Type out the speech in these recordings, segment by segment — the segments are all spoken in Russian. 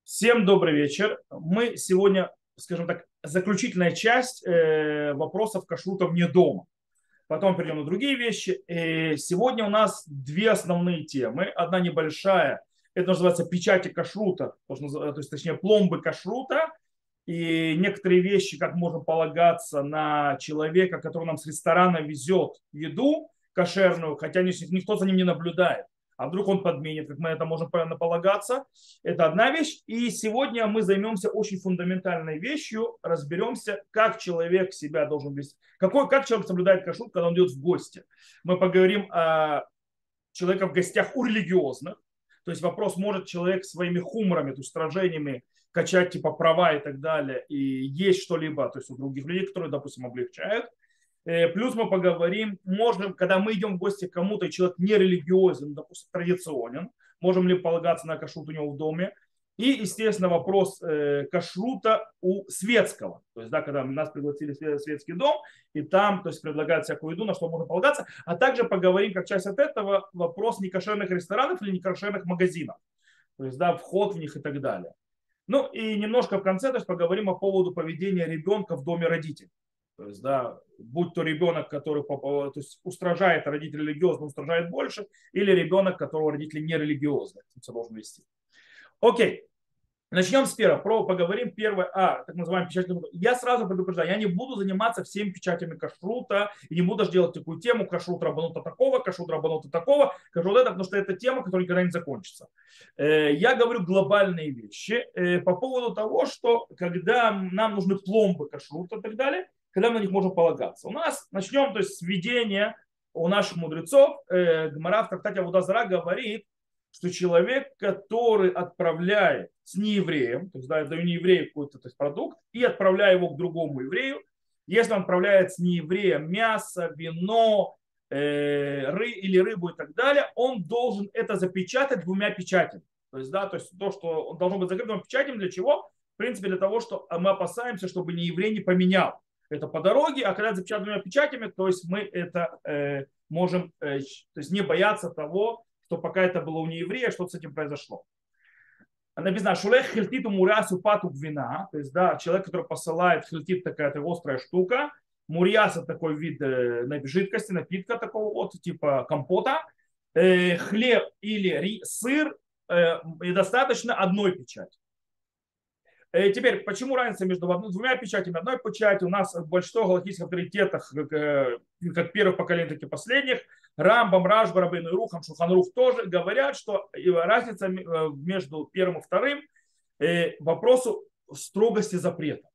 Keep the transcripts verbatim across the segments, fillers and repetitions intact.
Всем добрый вечер. Мы сегодня, скажем так, заключительная часть э, вопросов кашрута вне дома. Потом перейдем на другие вещи. Э, сегодня у нас две основные темы. Одна небольшая, это называется печати кашрута, то, что назыв- то есть, точнее, пломбы кашрута. И некоторые вещи, как можно полагаться на человека, который нам с ресторана везет еду кошерную, хотя ни- никто за ним не наблюдает. А вдруг он подменит, как мы это можем правильно полагаться. Это одна вещь. И сегодня мы займемся очень фундаментальной вещью. Разберемся, как человек себя должен вести. Какой, как человек соблюдает кашрут, когда он идет в гости. Мы поговорим о человека в гостях у религиозных. То есть вопрос, может человек своими хумрами, то есть сражениями качать типа права и так далее, и есть что-либо, то есть у других людей, которые, допустим, облегчают. Э, Плюс мы поговорим, можем, когда мы идем в гости к кому-то, и человек не религиозен, допустим, традиционен, можем ли полагаться на кашрут у него в доме. И, естественно, вопрос э, кашрута у светского. То есть, да, когда нас пригласили в светский дом, и там, то есть, предлагают всякую еду, на что можно полагаться. А также поговорим, как часть от этого, вопрос некошерных ресторанов или некошерных магазинов. То есть, да, вход в них и так далее. Ну и немножко в конце, то есть, поговорим по поводу поведения ребенка в доме родителей. То есть, да, будь то ребенок, который то есть, устражает, а родитель религиозно устражает больше, или ребенок, которого родители не религиозны, все должен вести. Окей, начнем с первого. Про поговорим первое о так называемой печати кашрута. Я сразу предупреждаю, я не буду заниматься всеми печатями кашрута и не буду даже делать такую тему кашрут рабанута такого, кашрут рабанута такого, кашрут это, потому что это тема, которая никогда не закончится. Э, Я говорю глобальные вещи э, по поводу того, что когда нам нужны пломбы кашрута и так далее, когда мы на них можем полагаться. У нас начнем то есть, с введения у наших мудрецов. Э, Гмара в трактате Авода Зара говорит, что человек, который отправляет с неевреем, то есть да, даю нееврею какой-то то есть, продукт и отправляю его к другому еврею, если он отправляет с неевреем мясо, вино э, ры, или рыбу и так далее, он должен это запечатать двумя печатями. То есть, да, то есть то, что он должен быть закрыт двумя печатями, для чего? В принципе, для того, что мы опасаемся, чтобы нееврей не поменял это по дороге, а когда запечатать двумя печатями, то есть мы это э, можем э, то есть не бояться того, что пока это было у нееврея, что с этим произошло. Написано, шулех хильтиту мурясу пату гвина, то есть, да, человек, который посылает хильтит, такая острая штука, мурьяс это такой вид э, жидкости, напитка такого вот, типа компота, э, хлеб или ри, сыр, э, и достаточно одной печати. Э, Теперь, почему разница между двумя печатями? Одной печати у нас в большинстве галактических авторитетах, как, э, как первых поколений, так и последних, Рамбам, Рашба, Рабейну Рухам, Шуханрух тоже говорят, что разница э, между первым и вторым э, вопросу строгости запрета,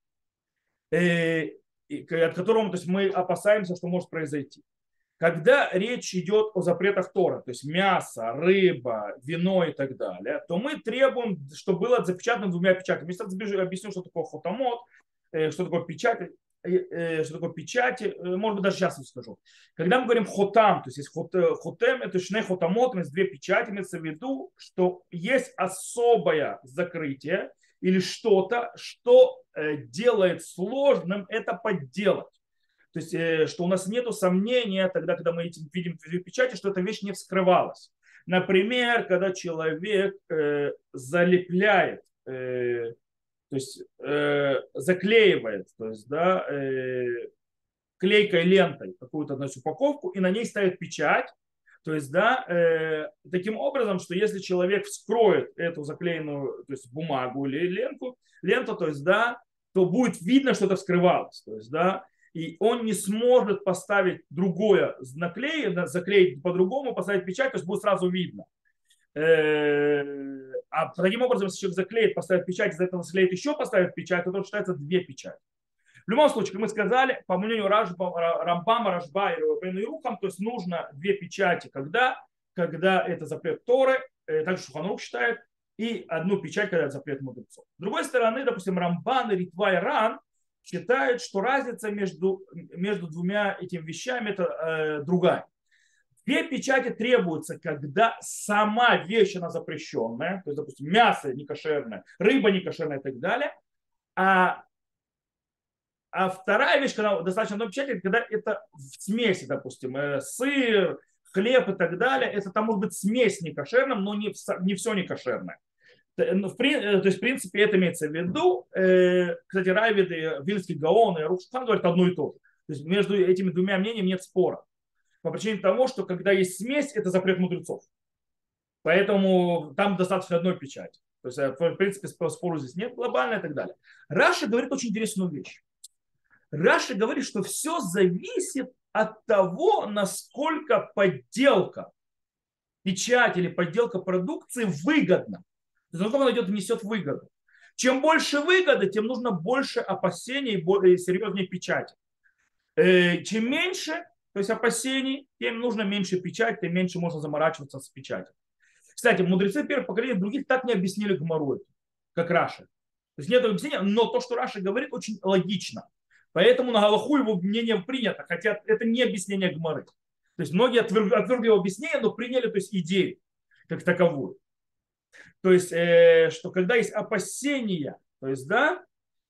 э, от которого то есть, мы опасаемся, что может произойти. Когда речь идет о запретах Тора, то есть мясо, рыба, вино и так далее, то мы требуем, чтобы было запечатано двумя печатями. Сейчас объясню, что такое хотамот, э, что такое печать, э, э, что такое печати, э, может быть, даже сейчас скажу. Когда мы говорим хотам, то есть есть хот, э, хотем, это шне хотамот, есть две печати, имеется в виду, что есть особое закрытие или что-то, что э, делает сложным это подделать. То есть, э, что у нас нет сомнения тогда, когда мы этим видим в печати, что эта вещь не вскрывалась. Например, когда человек э, залепляет, э, то есть э, заклеивает, то есть, да, э, клейкой лентой какую-то значит, упаковку и на ней ставит печать. То есть, да, э, таким образом, что если человек вскроет эту заклеенную, то есть бумагу или ленку, ленту, то есть, да, то будет видно, что это вскрывалось. То есть, да, и он не сможет поставить другое наклеить, заклеить по-другому, поставить печать, то есть будет сразу видно. Э, А таким образом, если человек заклеит, поставит печать, из этого заклеит еще, поставит печать, то это считается две печати. В любом случае, как мы сказали, по мнению Ражба, Рамбама, Рашба и Рубейну Рухам, то есть нужно две печати, когда, когда это запрет Торы, э, также Шуханрух считает, и одну печать, когда это запрет мудрецов. С другой стороны, допустим, Рамбан и Ритва и Ран считают, что разница между, между двумя этими вещами это э, другая. Две печати требуются, когда сама вещь, она запрещенная, то есть, допустим, мясо некошерное, рыба некошерная и так далее, а а вторая вещь, когда достаточно одной печати, когда это в смеси, допустим, э, сыр, хлеб и так далее, это там может быть смесь некошерным, но не, не все некошерное. Ну, в, при- э, то есть, в принципе, это имеется в виду. Э, кстати, Равиды, Вильский Гаон и Рушхан говорят одно и то же. То есть между этими двумя мнениями нет спора. По причине того, что когда есть смесь, это запрет мудрецов. Поэтому там достаточно одной печати. То есть, э, в принципе, спору здесь нет глобально и так далее. Раша говорит очень интересную вещь. Раша говорит, что все зависит от того, насколько подделка печать или подделка продукции выгодна. То есть насколько она идет, несет выгоду. Чем больше выгоды, тем нужно больше опасений и более серьезнее печати. Э, Чем меньше, то есть опасений, тем нужно меньше печать, тем меньше можно заморачиваться с печатью. Кстати, мудрецы первых поколений других так не объяснили Гмару, как Раша. То есть нет объяснения, но то, что Раша говорит, очень логично. Поэтому на Галаху его мнение принято, хотя это не объяснение Гмары. То есть многие отвергли, отвергли его объяснение, но приняли, то есть, идею как таковую. То есть, э, что когда есть опасения, то есть, да,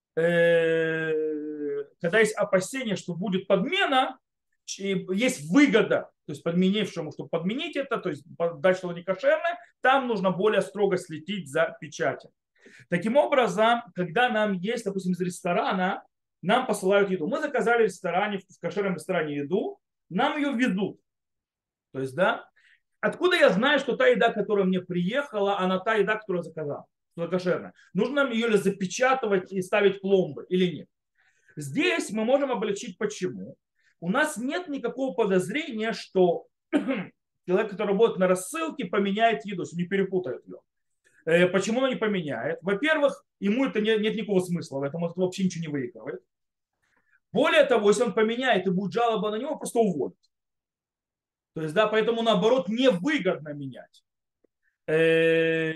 э, когда есть опасение, что будет подмена, есть выгода, то есть подменившему, чтобы подменить это, то есть дать что-то некошерное, там нужно более строго следить за печатью. Таким образом, когда нам есть, допустим, из ресторана, нам посылают еду. Мы заказали в ресторане, в кошерном ресторане еду, нам ее везут. То есть, да, откуда я знаю, что та еда, которая мне приехала, она та еда, которую я заказал, что кошерная? Нужно нам ее ли запечатывать и ставить пломбы или нет? Здесь мы можем облегчить почему. У нас нет никакого подозрения, что человек, который работает на рассылке, поменяет еду, не перепутает ее. Э, Почему он не поменяет? Во-первых, ему это не, нет никакого смысла, в этом он вообще ничего не выигрывает. Более того, если он поменяет и будет жалоба на него, просто уволят. То есть, да, поэтому наоборот невыгодно менять. Э,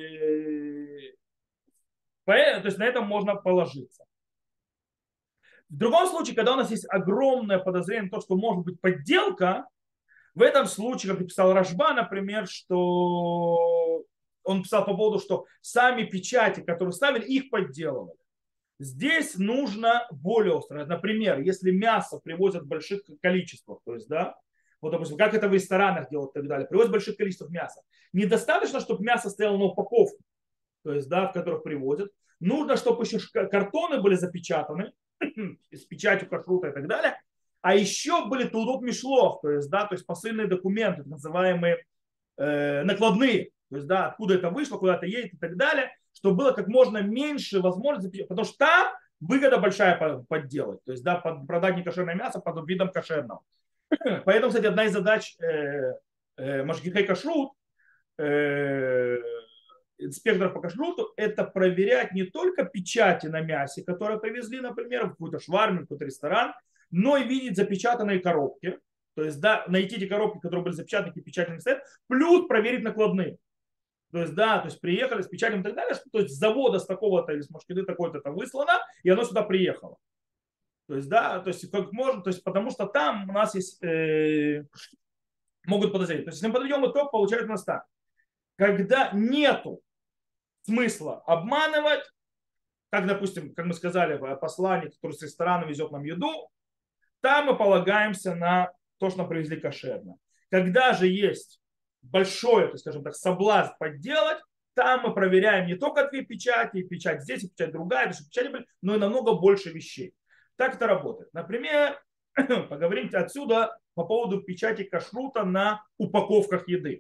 То есть на этом можно положиться. В другом случае, когда у нас есть огромное подозрение на то, что может быть подделка, в этом случае, как писал Рашба, например, что он писал по поводу, что сами печати, которые ставили, их подделывали. Здесь нужно более остро. Например, если мясо привозят в больших количествах, то есть, да, вот, допустим, как это в ресторанах делают и так далее, привозят в больших количествах мяса. Недостаточно, чтобы мясо стояло на упаковке, то есть, да, в которых привозят. Нужно, чтобы еще картоны были запечатаны с печатью кашрута и так далее. А еще были тудот мишлов, то есть, да, то есть посыльные документы, так называемые э, накладные, то есть, да, откуда это вышло, куда это едет и так далее, чтобы было как можно меньше возможностей, потому что там выгода большая подделать, то есть, да, продать некошерное мясо под видом кошерного. Поэтому, кстати, одна из задач э, э, Машгихей Кашрут, э, инспекторов по кашруту, это проверять не только печати на мясе, которые привезли, например, в какую-то шварму, в какой-то ресторан, но и видеть запечатанные коробки. То есть, да, найти эти коробки, которые были запечатаны, какие печатные стоят, плюс проверить накладные. То есть, да, то есть приехали с печатью и так далее, что, то есть с завода с такого-то или с Машкиды такой-то это выслано, и оно сюда приехало. То есть, да, то есть как можно, то есть потому что там у нас есть, э, могут подозревать. То есть, если мы подведем итог, получается у нас так. Когда нету смысла обманывать, как, допустим, как мы сказали, посланник, который с ресторана везет нам еду, там мы полагаемся на то, что нам привезли кошерно. Когда же есть большое, то скажем так, соблазн подделать, там мы проверяем не только две печати, печать здесь и печать другая, печати были, но и намного больше вещей. Так это работает. Например, поговорим отсюда по поводу печати кашрута на упаковках еды.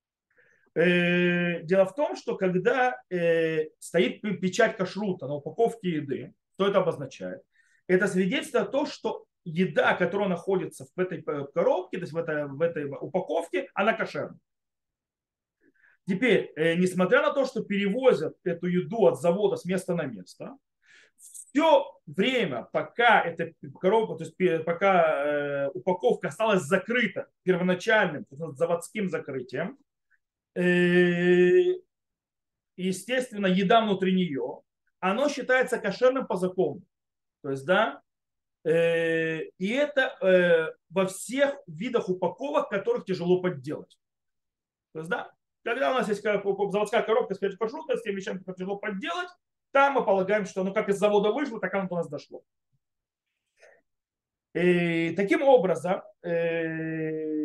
Дело в том, что когда стоит печать кашрута на упаковке еды, что это обозначает? Это свидетельствует о том, что еда, которая находится в этой коробке, то есть в этой, в этой упаковке, она кошерная. Теперь, несмотря на то, что перевозят эту еду от завода с места на место, все время, пока эта коробка, то есть пока упаковка осталась закрыта первоначальным заводским закрытием, естественно, еда внутри нее, оно считается кошерным по закону. То есть, да, и это во всех видах упаковок, которых тяжело подделать. То есть, да, когда у нас есть заводская коробка с кашрута, с теми вещами, которые тяжело подделать, там мы полагаем, что оно как из завода вышло, так оно до нас дошло. И таким образом,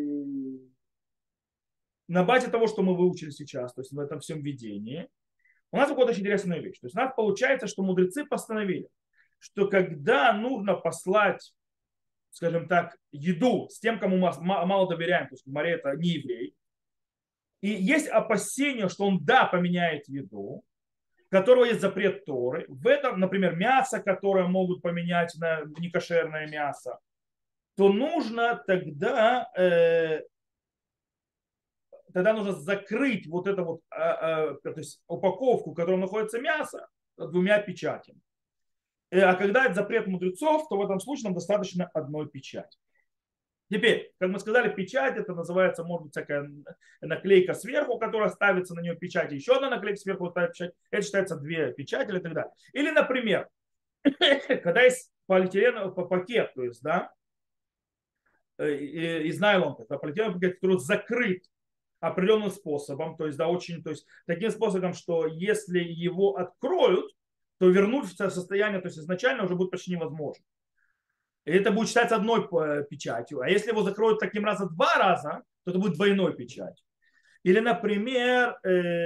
на базе того, что мы выучили сейчас, то есть в этом всем видении, У нас выходит очень интересная вещь. То есть у нас получается, что мудрецы постановили, что когда нужно послать, скажем так, еду с тем, кому мы мало доверяем, то есть Мария это не еврей, и есть опасение, что он, да, поменяет еду, у которого есть запрет Торы. В этом, например, мясо, которое могут поменять на некошерное мясо, то нужно тогда, э, тогда нужно закрыть вот эту вот, а, а, то есть упаковку, в которой находится мясо, двумя печатями. А когда это запрет мудрецов, то в этом случае нам достаточно одной печати. Теперь, как мы сказали, печать, это называется, может быть, всякая наклейка сверху, которая ставится на нее печать, еще одна наклейка сверху, печать. Это считается две печати и так далее. Или, например, когда есть полиэтиленовый пакет, то есть, да, из найлона, полиэтиленовый пакет, который закрыт определенным способом, то есть, да, очень, то есть, таким способом, что если его откроют, то вернуть в состояние, то есть, изначально уже будет почти невозможно. И это будет считаться одной печатью. А если его закроют таким разом два раза, то это будет двойной печать. Или, например,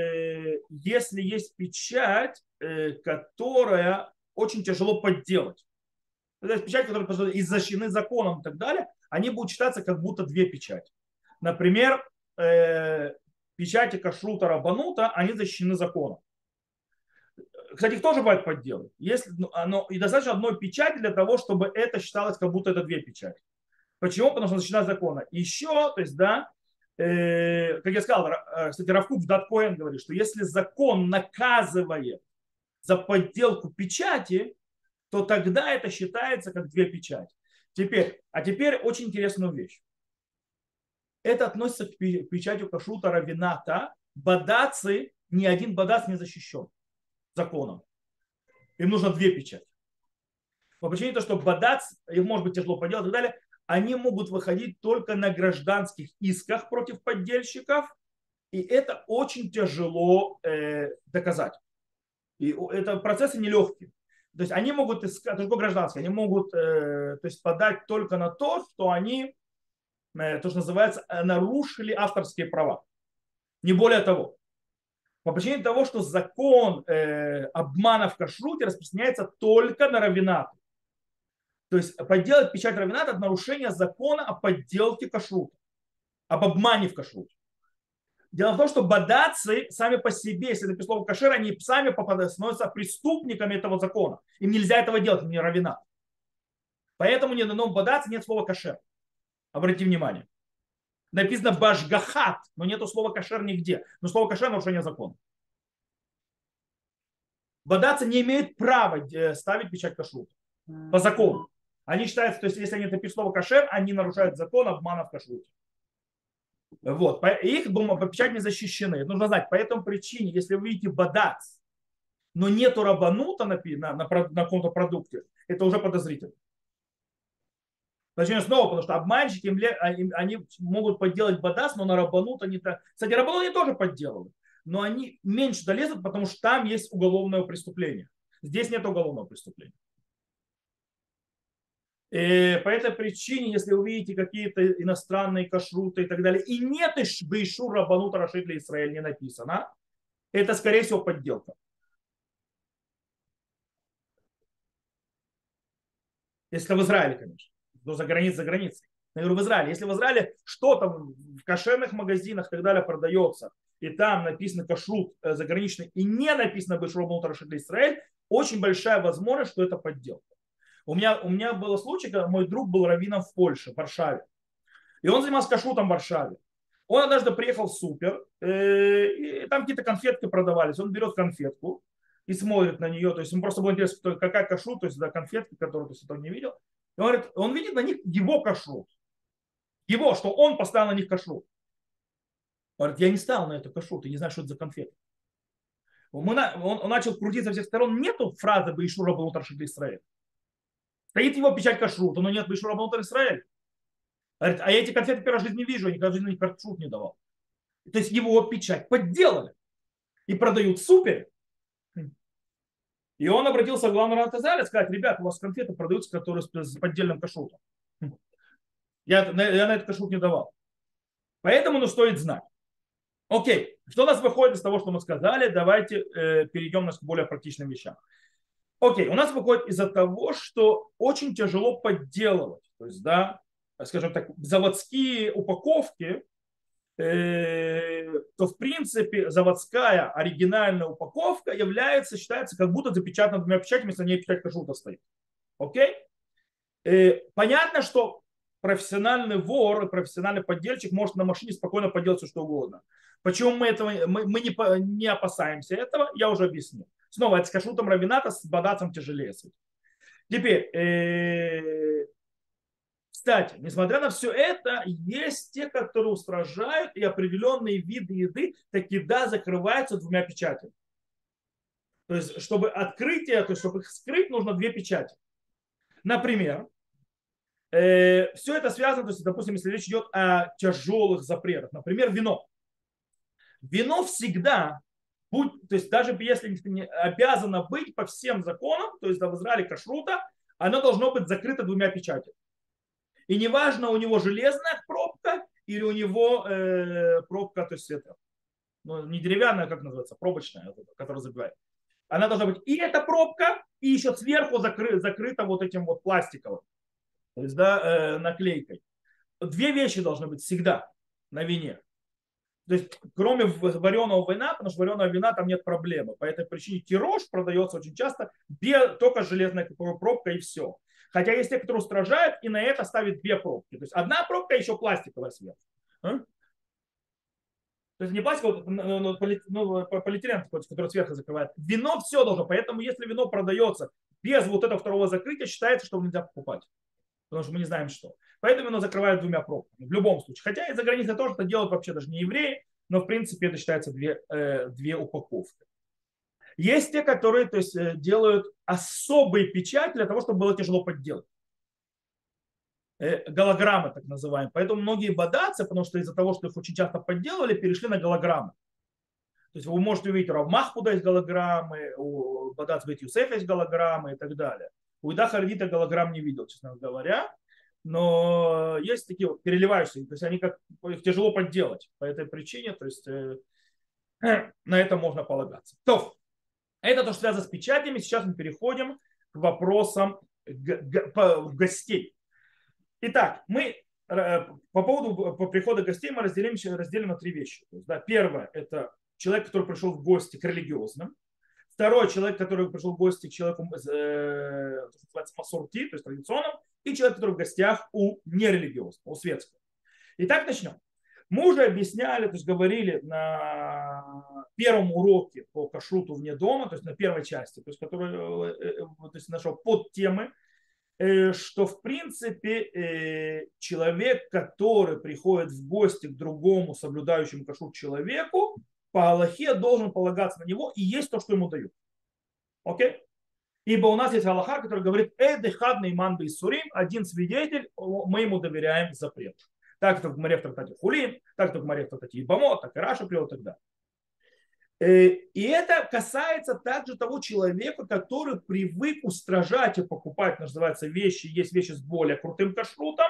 если есть печать, которая очень тяжело подделать. То есть печать, которая защищены законом и так далее, они будут считаться как будто две печати. Например, печати кашрута рабанута, они защищены законом. Кстати, их тоже бывает подделать. Если, оно, и достаточно одной печати для того, чтобы это считалось, как будто это две печати. Почему? Потому что защищена закона. Еще, то есть, да, э, как я сказал, кстати, Рав Кук в Дат Коэн говорит, что если закон наказывает за подделку печати, то тогда это считается как две печати. Теперь, а теперь очень интересную вещь. Это относится к печати кашрута равината. Бадацы, ни один бадац не защищен законом. Им нужно две печати. По причине того, что бадац, их может быть тяжело поделать и так далее, они могут выходить только на гражданских исках против поддельщиков, и это очень тяжело э, доказать. И это процессы нелегкие. То есть они могут искать, только гражданские, они могут э, то есть подать только на то, что они, э, то, что называется, нарушили авторские права. Не более того. По причине того, что закон э, обмана в кашруте распространяется только на раввинаты. То есть подделать печать раввината – это нарушение закона о подделке кашрута, об обмане в кашруте. Дело в том, что бадацы сами по себе, если это слово кашер, они сами попадают, становятся преступниками этого закона. Им нельзя этого делать, им не раввинат. Поэтому ни на одном бадаце нет слова кашер. Обратите внимание. Написано башгахат, но нету слова кашер нигде. Но слово кашер – нарушение закона. Бадацы не имеют права ставить печать кашрута по закону. Они считаются, то есть если они напишут слово кашер, они нарушают закон обмана в кашруте. Вот. Их печать не защищены. Нужно знать, по этой причине, если вы видите бадац, но нету рабанута на, на, на, на каком-то продукте, это уже подозрительно. Точнее, снова, потому что обманщики, они могут подделать бадац, но на рабанут они... Кстати, рабанут они тоже подделывают, но они меньше долезут, потому что там есть уголовное преступление. Здесь нет уголовного преступления. И по этой причине, если вы видите какие-то иностранные кашруты и так далее, и нет бейшур рабанута рашид для Израиля не написано, это, скорее всего, подделка. Если в Израиле, конечно. Но за границей, за границей. Я говорю, в Израиле. Если в Израиле что-то в кошерных магазинах и так далее продается, и там написано кашрут заграничный, и не написано бейшур рабанута рашид для Израиля, очень большая возможность, что это подделка. У меня, у меня был случай, когда мой друг был раввином в Польше, в Варшаве. И он занимался кашрутом в Варшаве. Он однажды приехал в супер, э, и там какие-то конфетки продавались. Он берет конфетку и смотрит на нее. То есть ему просто было интересно, какая кашрут, то есть да, конфетки, которые то есть, он не видел. И он говорит, он видит на них его кашрут. Его, что он поставил на них кашрут. Он говорит, я не ставил на это кашрут, я не знаю, что это за конфетки. Он, он начал крутиться со всех сторон. Нету фразы «Бейшур рабанут рашид Исраэль». Стоит его печать кашрута, но нет бейшур рабанут Исраэль. Говорит, а я эти конфеты первый раз в жизни не вижу, я никогда в жизни кашрут не давал. То есть его печать подделали и продают в супере. И он обратился к главному раввину сказать, ребят, у вас конфеты продаются, которые с поддельным кашрутом. Я, я на этот кашрут не давал. Поэтому ну, стоит знать. Окей, что у нас выходит из того, что мы сказали? Давайте э, перейдем нас к более практичным вещам. Окей, у нас выходит из-за того, что очень тяжело подделывать. То есть, да, скажем так, заводские упаковки, э, то в принципе заводская оригинальная упаковка является, считается, как будто запечатана двумя печатями, если на ней печать кашрута стоит. Окей? Э, понятно, что профессиональный вор и профессиональный поддельщик может на машине спокойно подделать все, что угодно. Почему мы, этого, мы, мы не, не опасаемся этого, я уже объяснил. Снова, это с кашрутом равината, с бадацем тяжелее. Теперь, э, кстати, несмотря на все это, есть те, которые устражают, и определенные виды еды таки да закрываются двумя печатями. То есть, чтобы открытие, то есть, чтобы их скрыть, нужно две печати. Например, э, все это связано, то есть, допустим, если речь идет о тяжелых запретах, например, вино. Вино всегда, будь, то есть даже если не обязано быть по всем законам, то есть в Израиле кашрута, оно должно быть закрыто двумя печатями. И неважно, у него железная пробка или у него э, пробка, то есть это, ну, не деревянная, как называется, пробочная, которая забивает. Она должна быть и эта пробка, и еще сверху закры, закрыта вот этим вот пластиковым, то есть да, э, наклейкой. Две вещи должны быть всегда на вине. То есть, кроме вареного вина, потому что вареного вина там нет проблемы. По этой причине тирож продается очень часто без, только с железной пробкой и все. Хотя есть те, которые устражают и на это ставят две пробки. То есть одна пробка и еще пластиковая сверху. А? То есть не пластиковый, но полиэтилен, который сверху закрывает. Вино все должно. Поэтому если вино продается без вот этого второго закрытия, считается, что его нельзя покупать. Потому что мы не знаем, что. Поэтому оно закрывают двумя пробками. В любом случае. Хотя из-за границы тоже это делают вообще даже не евреи, но в принципе это считается две, э, две упаковки. Есть те, которые то есть, делают особые печати для того, чтобы было тяжело подделать. Э, голограммы так называемые. Поэтому многие бадаться, потому что из-за того, что их очень часто подделывали, перешли на голограммы. То есть вы можете увидеть, у Равмахпуда есть голограммы, у Бадац Бейт Юсефа есть голограммы и так далее. У Ида Харвита голограмм не видел, честно говоря. Но есть такие вот переливающиеся, то есть они как их тяжело подделать по этой причине, то есть э, на это можно полагаться. То, это то, что связано с печатями. Сейчас мы переходим к вопросам гостей. Итак, мы э, по поводу по прихода гостей мы разделим, разделим на три вещи. То есть, да, первое – это человек, который пришел в гости к религиозным. Второй человек, который пришел в гости к человеку, э, масорти, то есть традиционным. И человек, который в гостях у нерелигиозного, у светского. Итак, начнем. Мы уже объясняли, то есть говорили на первом уроке по кашруту вне дома, то есть на первой части, то есть, который, то есть нашего подтемы, что в принципе человек, который приходит в гости к другому соблюдающему кашрут человеку, по Аллахе должен полагаться на него и есть то, что ему дают. Окей? Ибо у нас есть Аллаха, который говорит, эдыхадный иман бейсурим, один свидетель, мы ему доверяем запрет. Так это в Гмаре в трактате Хулин, так это в Гмаре в трактате Ибамо, так и Раша привел и так далее. И это касается также того человека, который привык устражать и покупать, называется, вещи, есть вещи с более крутым кашрутом.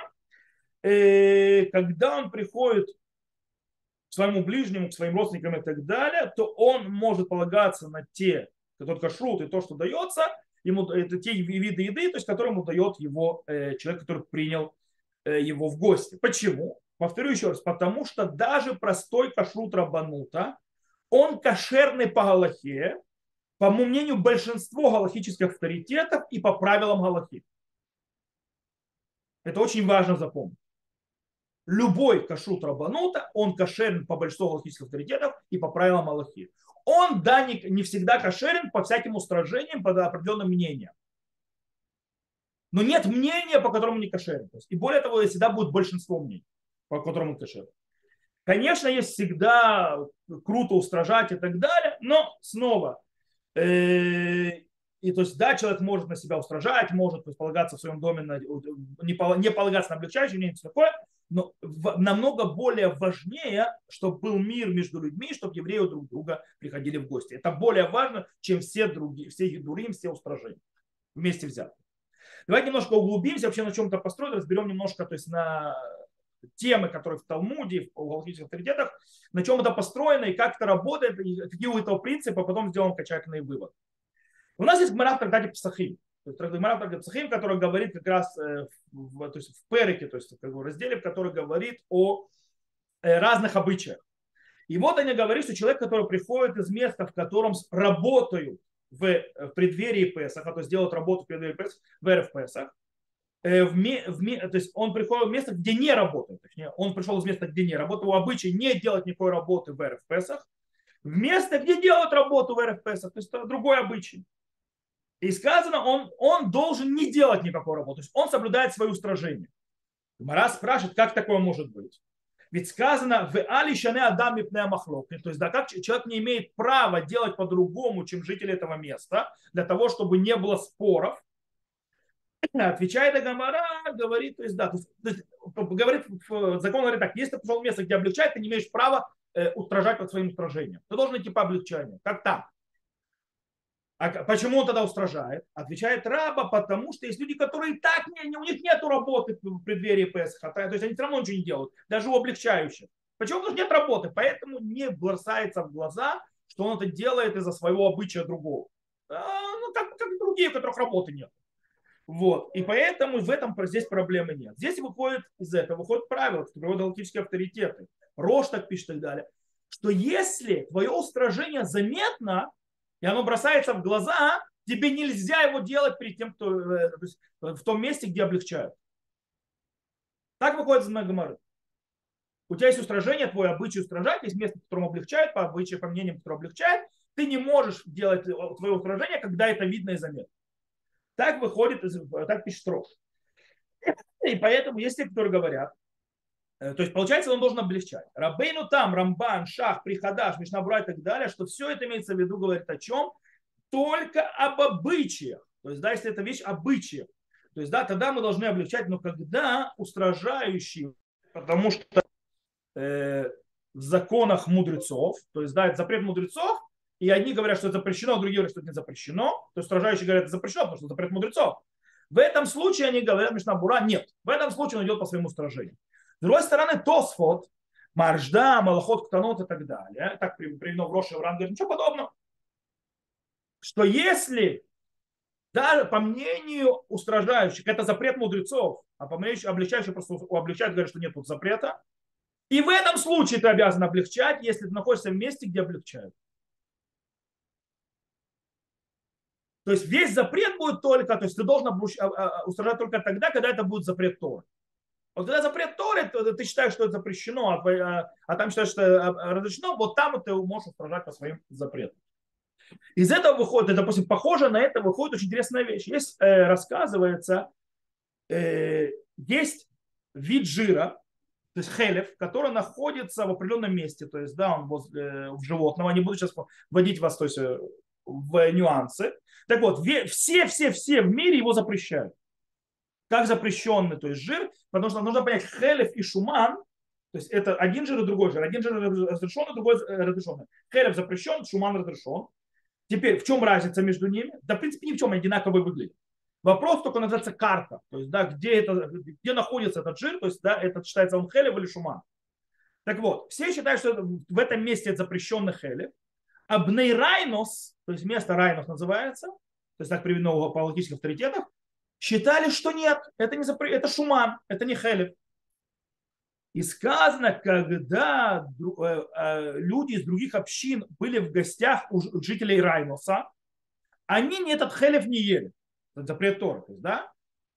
Когда он приходит к своему ближнему, к своим родственникам и так далее, то он может полагаться на те, тот кашрут и то, что дается, ему это те виды еды, то есть которым ему дает его э, человек, который принял э, его в гости. Почему? Повторю еще раз, потому что даже простой кашрут рабанута, он кошерный по галахе, по мнению большинства галахических авторитетов и по правилам галахи. Это очень важно запомнить. Любой кашрут рабанута, он кошерен по большинству галахических авторитетов и по правилам галахи. Он, да, не, не всегда кошерен по всяким устражениям, по определенным мнениям. Но нет мнения, по которому не кошерен. И более того, всегда будет большинство мнений, по которому он кошерен. Конечно, есть всегда круто устражать и так далее, но снова, э, и то есть, да, человек может на себя устражать, может то есть, полагаться в своем доме, на, не, не полагаться на облегчающее мнение, все такое, но в, намного более важнее, чтобы был мир между людьми, чтобы евреи друг друга приходили в гости. Это более важно, чем все другие, все едурим, все устражения вместе взятые. Давайте немножко углубимся, вообще на чем-то построить, разберем немножко, то есть на темы, которые в Талмуде, в галактических авторитетах, на чем это построено и как это работает, и какие у этого принципа, потом сделаем окончательный вывод. У нас есть гмара в трактате Псахим. То есть гмара в трактате Псахим, который говорит как раз в, то есть в Переке, то есть в разделе, в который говорит о разных обычаях. И вот они говорят, что человек, который приходит из места, в котором работают в, в преддверии Песаха, то есть делают работу в преддверии Песаха, в эр эф Песах, в, в, то есть он приходит в место, где не работает. Точнее, он пришел из места, где не работает. Его обычай не делать никакой работы в эр эф Песах, в место, где делают работу в эр эф Песах. То есть это другой обычай. И сказано, он, он должен не делать никакой работы. То есть он соблюдает свое устражение. Мара спрашивает, как такое может быть? Ведь сказано, в али шане адам мипнеа махлокни. То есть, да, как человек не имеет права делать по-другому, чем жители этого места, для того, чтобы не было споров. Отвечает Агамара, говорит, то есть, да, то есть, то есть, говорит, закон говорит так, если ты пришел в место, где облегчает, ты не имеешь права э, устражать под своим устражением. Ты должен идти по облегчанию, как там. А почему он тогда устражает? Отвечает Раба, потому что есть люди, которые и так, не, у них нет работы в преддверии Песха, то есть они все равно ничего не делают, даже у облегчающих. Почему? Потому что нет работы, поэтому не бросается в глаза, что он это делает из-за своего обычая другого. А, ну, как, как другие, у которых работы нет. Вот. И поэтому в этом здесь проблемы нет. Здесь выходит из этого, выходит правило, что приводят галактические авторитеты. Рош так пишет и так далее, что если твое устражение заметно, и оно бросается в глаза, тебе нельзя его делать перед тем, кто то есть, в том месте, где облегчают. Так выходит из Гемары. У тебя есть устражение, твой обычай устражать, есть место, в котором облегчают, по обычаю, по мнениям, которое облегчает. Ты не можешь делать твое устражение, когда это видно и заметно. Так выходит, так пишет Рош. И поэтому есть те, которые говорят, то есть, получается, он должен облегчать. Рабейну там, Рамбан, Шах, Приходаш, Мишнабура и так далее, что все это имеется в виду, говорит о чем? Только об обычаях. То есть, да, если это вещь обычаев. То есть, да, тогда мы должны облегчать, но когда устражающий, потому что э, в законах мудрецов, то есть, да, это запрет мудрецов, и одни говорят, что это запрещено, а другие говорят, что это не запрещено, то есть устражающие говорят, это запрещено, потому что это запрет мудрецов. В этом случае они говорят, Мишнабура, нет. В этом случае он идет по своему устражению. С другой стороны, Тосфот, Маржда, Малахот, Ктанот и так далее, так приведено в Роше Вран, говорит, ничего подобного. Что если, даже по мнению устражающих, это запрет мудрецов, а по мнению облегчающих просто облегчают, говорят, что нет тут запрета, и в этом случае ты обязан облегчать, если ты находишься в месте, где облегчают. То есть весь запрет будет только, то есть ты должен устражать только тогда, когда это будет запрет Торы. Вот когда запрет Торы, то ты считаешь, что это запрещено, а, а, а там считаешь, что это разрешено, вот там ты можешь устражать по своим запретам. Из этого выходит, это, допустим, похоже на это, выходит очень интересная вещь. Есть, э, рассказывается, э, есть вид жира, то есть хелев, который находится в определенном месте, то есть, да, он возле, э, в животного. Не буду сейчас вводить вас, то есть, в нюансы. Так вот, все-все-все в мире его запрещают. Как запрещенный, то есть жир, потому что нужно понять хелев и шуман, то есть это один жир и другой жир. Один жир разрешенный, другой разрешенный. Хелев запрещен, шуман разрешен. Теперь, в чем разница между ними? Да, в принципе, ни в чем, они одинаково выглядят. Вопрос только называется карта, то есть, да, где, это, где находится этот жир, то есть, да, это считается он хелев или шуман. Так вот, все считают, что в этом месте это запрещенный хелев, а бней райнос, то есть место райнос называется, то есть так приведено по логических авторитетах, считали, что нет, это, не запр... это шуман, это не хелев. И сказано, когда люди из других общин были в гостях у жителей Райноса, они этот хелев не ели. Это запрет Торы, да?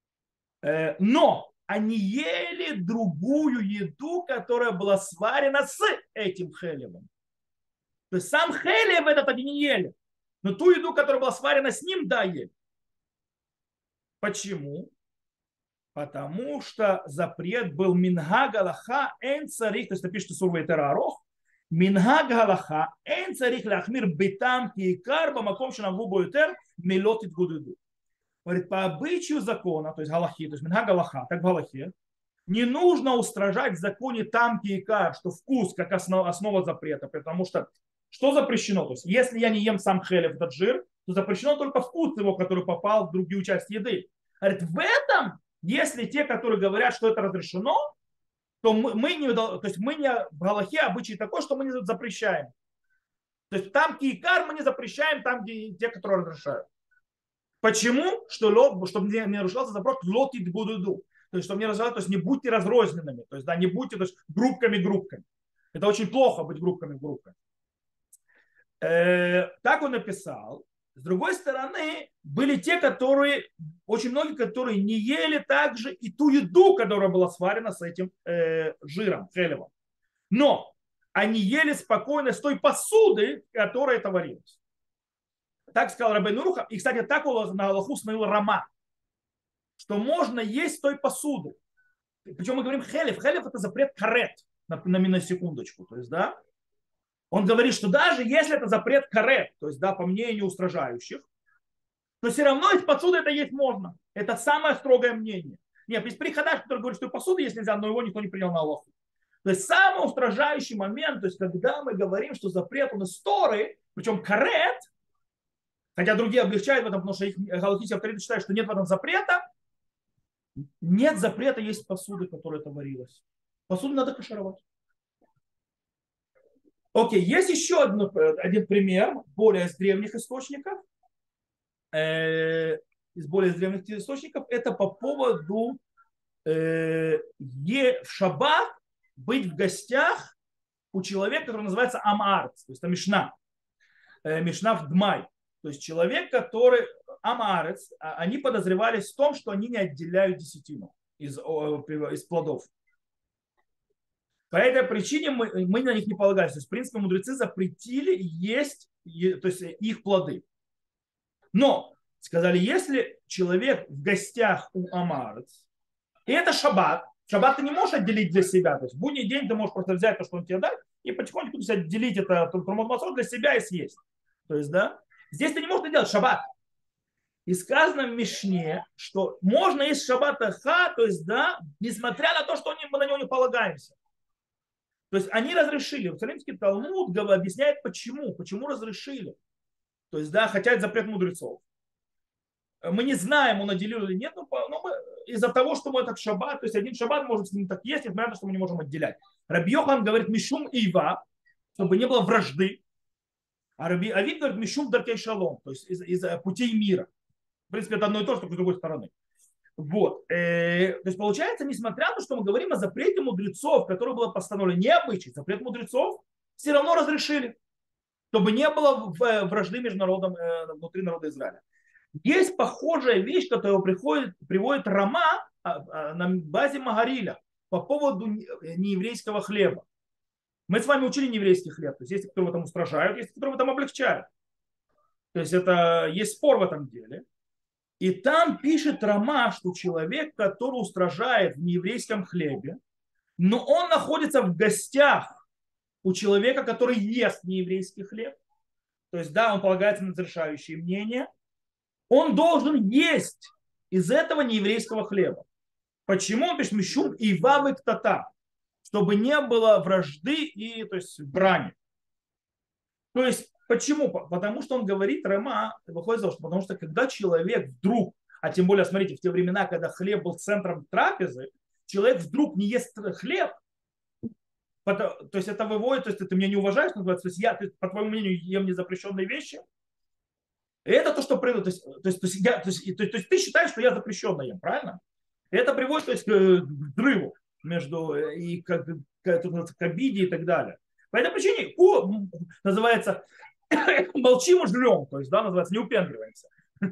Но они ели другую еду, которая была сварена с этим хелевом. То есть сам хелев этот они не ели. Но ту еду, которая была сварена с ним, да, ели. Почему? Потому что запрет был минхаг галаха эн царих, то есть это пишет Сур Вейтера Арох, минхаг галаха эн царих лахмир бетам киикар бамаком шинагу боютер мелотит гудуду. Говорит, по обычаю закона, то есть галахи, то есть минхаг галаха, так в галахе, не нужно устражать в законе там киикар, что вкус как основа, основа запрета, потому что что запрещено? То есть если я не ем сам хелев, этот жир, то запрещено только вкус его, который попал в другую часть еды. Говорит, в этом, если те, которые говорят, что это разрешено, то мы, мы не, то есть мы не в Галахе обычай такой, что мы не запрещаем. То есть там киикар мы не запрещаем, там где те, которые разрешают. Почему? Что, чтобы не нарушался запрет лотит гудуду. То есть, чтобы не разрешалось, то есть не будьте разрозненными, то есть, да, не будьте то есть, группками-группками. Это очень плохо быть группками-группками. Э, так он написал. С другой стороны, были те, которые, очень многие, которые не ели также и ту еду, которая была сварена с этим э, жиром, хелевом. Но они ели спокойно с той посуды, которая это варилась. Так сказал Рабейну Руха. И, кстати, так на Аллаху установил Рама, что можно есть с той посуды. Причем мы говорим хелев. Хелев это запрет карет, на, на, на секундочку. То есть, да, он говорит, что даже если это запрет карет, то есть, да, по мнению устражающих, то все равно из посуды это есть можно. Это самое строгое мнение. Нет, есть приходаш, который говорит, что и посуду есть нельзя, но его никто не принял на Аллаху. То есть самый устражающий момент, то есть когда мы говорим, что запрет он из Торы, причем карет, хотя другие облегчают в этом, потому что их галактические авторитеты считают, что нет в этом запрета, нет запрета есть посуды, которая это варилась. Посуду надо кашировать. Окей, есть еще один, один пример, более из древних источников. Э, из более древних источников. Это по поводу э, е, в шаббат быть в гостях у человека, который называется Амаарец, то есть это Мишна. Э, Мишна в Дмай. То есть человек, который Амаарец, они подозревались в том, что они не отделяют десятину из, из плодов. По этой причине мы, мы на них не полагаемся. То есть, в принципе, мудрецы запретили есть то есть, их плоды. Но сказали, если человек в гостях у Амаарец, и это шаббат, шаббат ты не можешь отделить для себя. То есть в будний день ты можешь просто взять то, что он тебе дает, и потихоньку отделить это для себя и съесть. То есть, да, здесь ты не можешь это делать, шаббат. И сказано в Мишне, что можно есть шаббата ха, то есть, да, несмотря на то, что мы на него не полагаемся. То есть они разрешили. Иерусалимский Талмуд объясняет, почему. Почему разрешили. То есть, да, хотя это запрет мудрецов. Мы не знаем, он отделил или нет, но мы, из-за того, что мы этот шаббат, то есть один шаббат может с ним так есть, несмотря на то, что мы не можем отделять. Раби Йохан говорит мишум ива, чтобы не было вражды. А Раби Авид говорит мишум даркей шалом, то есть из, из путей мира. В принципе, это одно и то же, только с другой стороны. Вот. Э, то есть получается, несмотря на то, что мы говорим о запрете мудрецов, которое было постановлено не обычай, запрет мудрецов, все равно разрешили, чтобы не было вражды между народом, э, внутри народа Израиля. Есть похожая вещь, которая приходит, приводит Рама на базе Магариля по поводу нееврейского хлеба. Мы с вами учили нееврейский хлеб. То есть есть, которые в этом устражают, есть, которые в этом облегчают. То есть это есть спор в этом деле. И там пишет Рама, что человек, который устражает в нееврейском хлебе, но он находится в гостях у человека, который ест нееврейский хлеб. То есть да, он полагается на разрешающее мнение. Он должен есть из этого нееврейского хлеба. Почему? Он пишет мишум и вавы ктата, чтобы не было вражды и то есть, брани. То есть почему? Потому что он говорит, Рама, выходит из того, что потому что когда человек вдруг, а тем более, смотрите, в те времена, когда хлеб был центром трапезы, человек вдруг не ест хлеб, то есть это выводит, то есть ты меня не уважаешь, называется, то есть я, по твоему мнению, ем незапрещенные вещи. И это то, что приводит. То есть, то, есть, то, есть, я, то, есть, то, есть, то есть ты считаешь, что я запрещенно ем, правильно? И это приводит то есть, к взрыву между и к, к, к, к обиде и так далее. По этой причине у, называется молчим и жрем, то есть, да, называется, не упендриваемся.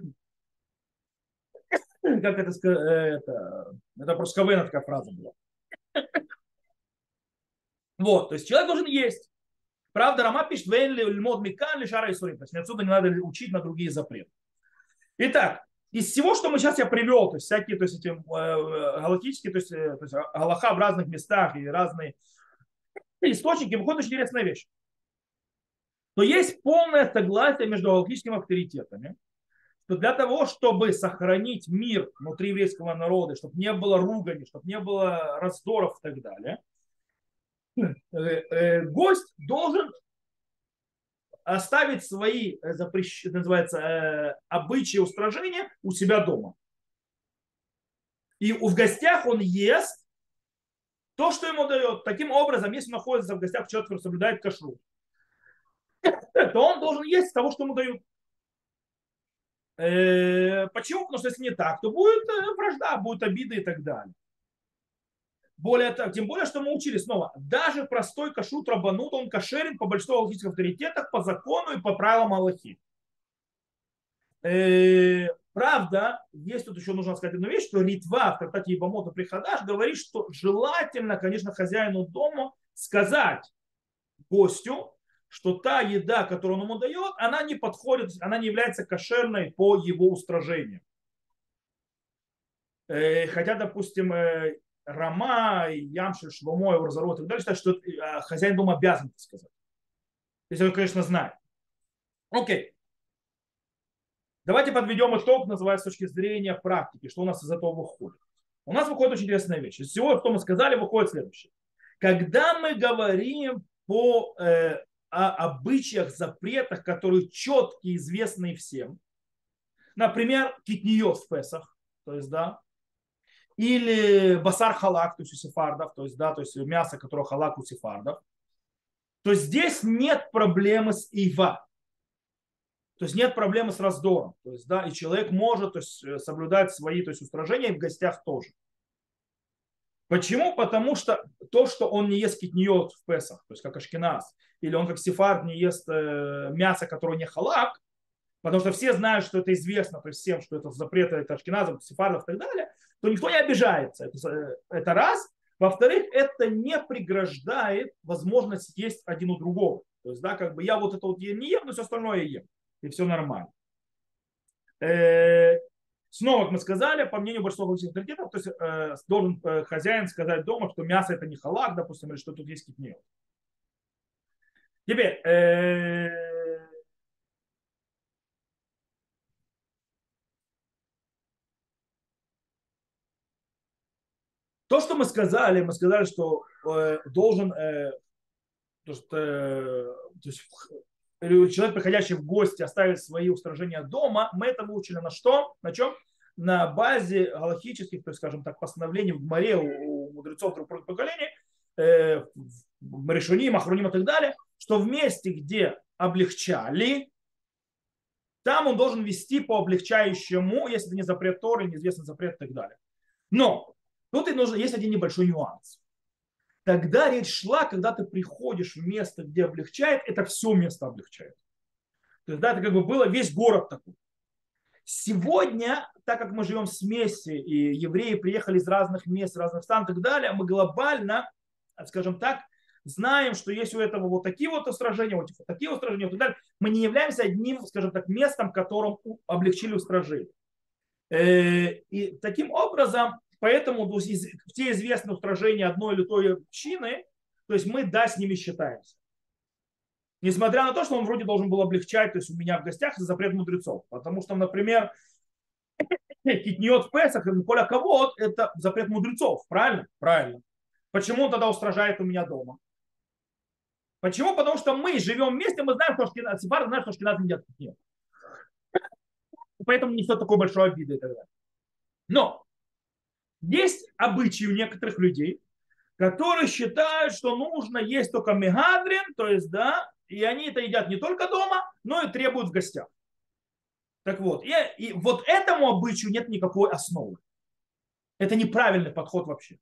Как это сказать, это, это просто КВН такая фраза была. Вот, то есть человек должен есть. Правда, Рама пишет, льмод микан лишара исурим. То есть отсюда не надо учить на другие запреты. Итак, из всего, что мы сейчас я привел, то есть всякие, то есть эти э, галактические, то есть, э, то есть галаха в разных местах и разные источники, выходит очень интересная вещь. То есть полное согласие между галактическими авторитетами, что для того, чтобы сохранить мир внутри еврейского народа, чтобы не было ругани, чтобы не было раздоров и так далее, гость должен оставить свои запрещ... называется, обычаи устражения у себя дома. И в гостях он ест То, что ему дает, таким образом, если он находится в гостях человек, который соблюдает кашрут, то он должен есть того, что ему дают. Э, Почему? Потому что если не так, то будет э, вражда, будет обиды и так далее. Более того, тем более, что мы учили снова, даже простой кашрут рабанут, он кошерен по большинству аллахических авторитетах, по закону и по правилам Аллахи. Э, Правда, есть тут еще нужно сказать одну вещь, что Ритва в трактате Ибамота Прихадаш говорит, что желательно, конечно, хозяину дома сказать гостю, что та еда, которую он ему дает, она не подходит, она не является кошерной по его устражению. Э, Хотя, допустим, э, Рама, Ямши, Шломо, Урзаро и так далее считают, что э, хозяин дома обязан это сказать. Если он, конечно, знает. Окей. Давайте подведем итог, называя с точки зрения практики, что у нас из этого выходит. У нас выходит очень интересная вещь. Из всего, что мы сказали, выходит следующее. Когда мы говорим по э, о обычаях, запретах, которые четкие, известные всем, например, китниот в Песах, то есть, да, или басар халак, то есть у сефардов, то есть, да, то есть мясо, которое халак у сефардов, то здесь нет проблемы с ива. То есть нет проблемы с раздором. То есть, да, и человек может, то есть, соблюдать свои, то есть, устражения и в гостях тоже. Почему? Потому что то, что он не ест китниот в Песах, то есть как ашкеназ, или он как сефард не ест э, мясо, которое не халак, потому что все знают, что это известно, то есть всем, что это запрет, это ашкеназов, сефардов и так далее, то никто не обижается. Это, э, это раз. Во-вторых, это не преграждает возможность есть один у другого. То есть, да, как бы я вот это вот не ем, но все остальное ем. И все нормально. Э, Снова, как мы сказали, по мнению большинства логических авторитетов, то есть э, должен э, хозяин сказать дома, что мясо это не халак, допустим, или что тут есть китнеот. Теперь, э, то, что мы сказали, мы сказали, что э, должен, э, то, что, э, то есть, человек, приходящий в гости, оставить свои устражения дома, мы это выучили на что? На чем? На базе галахических, то есть, скажем так, постановлений в море у, у мудрецов друг поколений, э, в Решуним, Ахруним и так далее, что в месте, где облегчали, там он должен вести по облегчающему, если это не запрет Торы, неизвестный запрет и так далее. Но тут и нужно, есть один небольшой нюанс. Тогда речь шла, когда ты приходишь в место, где облегчает, это все место облегчает. То есть, да, это как бы было весь город такой. Сегодня, так как мы живем в смеси, и евреи приехали из разных мест, разных стран и так далее, мы глобально, скажем так, знаем, что есть у этого вот такие вот устражения, вот такие устражения и так далее. Мы не являемся одним, скажем так, местом, которым облегчили устражение. И таким образом, поэтому те известные устражения одной или той общины, то есть мы, да, с ними считаемся. Несмотря на то, что он вроде должен был облегчать, то есть у меня в гостях за запрет мудрецов. Потому что, например, китниот в Песах, поля кого это запрет мудрецов, правильно? Правильно. Почему он тогда устражает у меня дома? Почему? Потому что мы живем вместе, мы знаем, что Ашкеназ, Сефарды знают, что Ашкеназ не едят китниот. Поэтому не все такой большой обиды и так далее. Но есть обычаи у некоторых людей, которые считают, что нужно есть только мегадрин, то есть, да, и они это едят не только дома, но и требуют в гостях. Так вот, и, и вот этому обычаю нет никакой основы. Это неправильный подход вообще.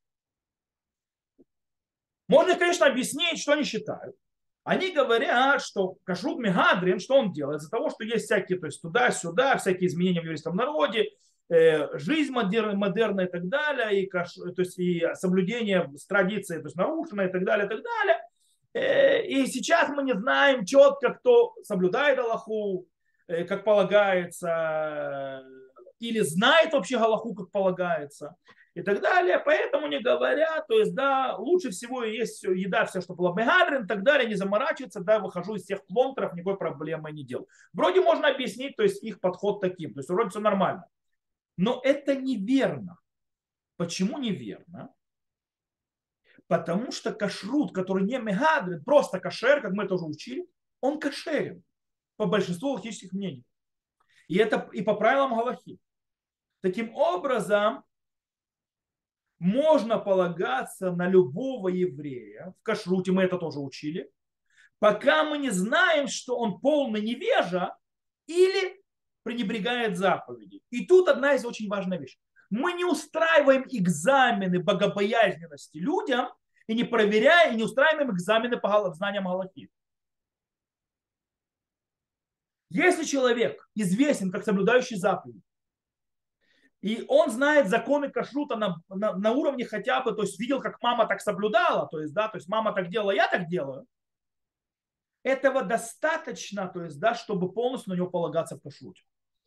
Можно, конечно, объяснить, что они считают. Они говорят, что кашрут мегадрин, что он делает? Из-за того, что есть всякие, то есть туда-сюда, всякие изменения в еврейском народе, э, жизнь модерная, модерная и так далее, и, каш, то есть, и соблюдение с традицией, то есть нарушено и так далее, и так далее. Э, и сейчас мы не знаем четко, кто соблюдает Аллаху, э, как полагается, или знает вообще Аллаху, как полагается. И так далее, поэтому не говорят, то есть, да, лучше всего есть еда, все, что было мегадрин, и так далее, не заморачиваться, да, выхожу из всех плонтеров, никакой проблемы не делаю. Вроде можно объяснить, то есть, их подход таким, то есть, вроде все нормально. Но это неверно. Почему неверно? Потому что кашрут, который не мегадрин, просто кашер, как мы тоже учили, он кашерен по большинству логических мнений. И это и по правилам Галахи. Таким образом, можно полагаться на любого еврея, в кашруте мы это тоже учили, пока мы не знаем, что он полный невежа или пренебрегает заповеди. И тут одна из очень важных вещей. Мы не устраиваем экзамены богобоязненности людям и не проверяем, и не устраиваем экзамены по знаниям галахи. Если человек известен как соблюдающий заповеди, и он знает законы кашрута на, на, на уровне хотя бы, то есть видел, как мама так соблюдала, то есть, да, то есть мама так делала, я так делаю, этого достаточно, то есть, да, чтобы полностью на него полагаться в кашруте.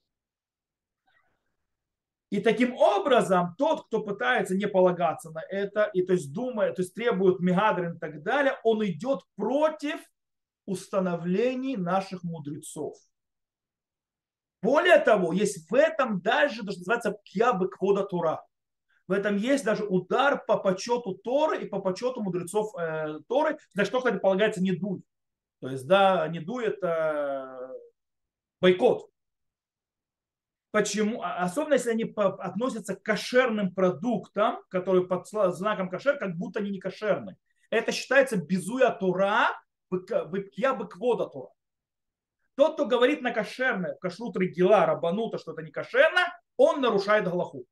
И таким образом тот, кто пытается не полагаться на это, и то есть думает, то есть требует мегадрин и так далее, он идет против установлений наших мудрецов. Более того, есть в этом даже, что называется, пьябы квода Тура. В этом есть даже удар по почету Торы и по почету мудрецов э, Торы, за что, кстати, полагается недуй. То есть, да, недуй это бойкот. Почему? Особенно, если они относятся к кошерным продуктам, которые под знаком кошер, как будто они не кошерны. Это считается безуя Тура, я бы квода Тура. Тот, кто говорит на кошерное, кашрут регила, рабанута, что это не кошерно, он нарушает галаху.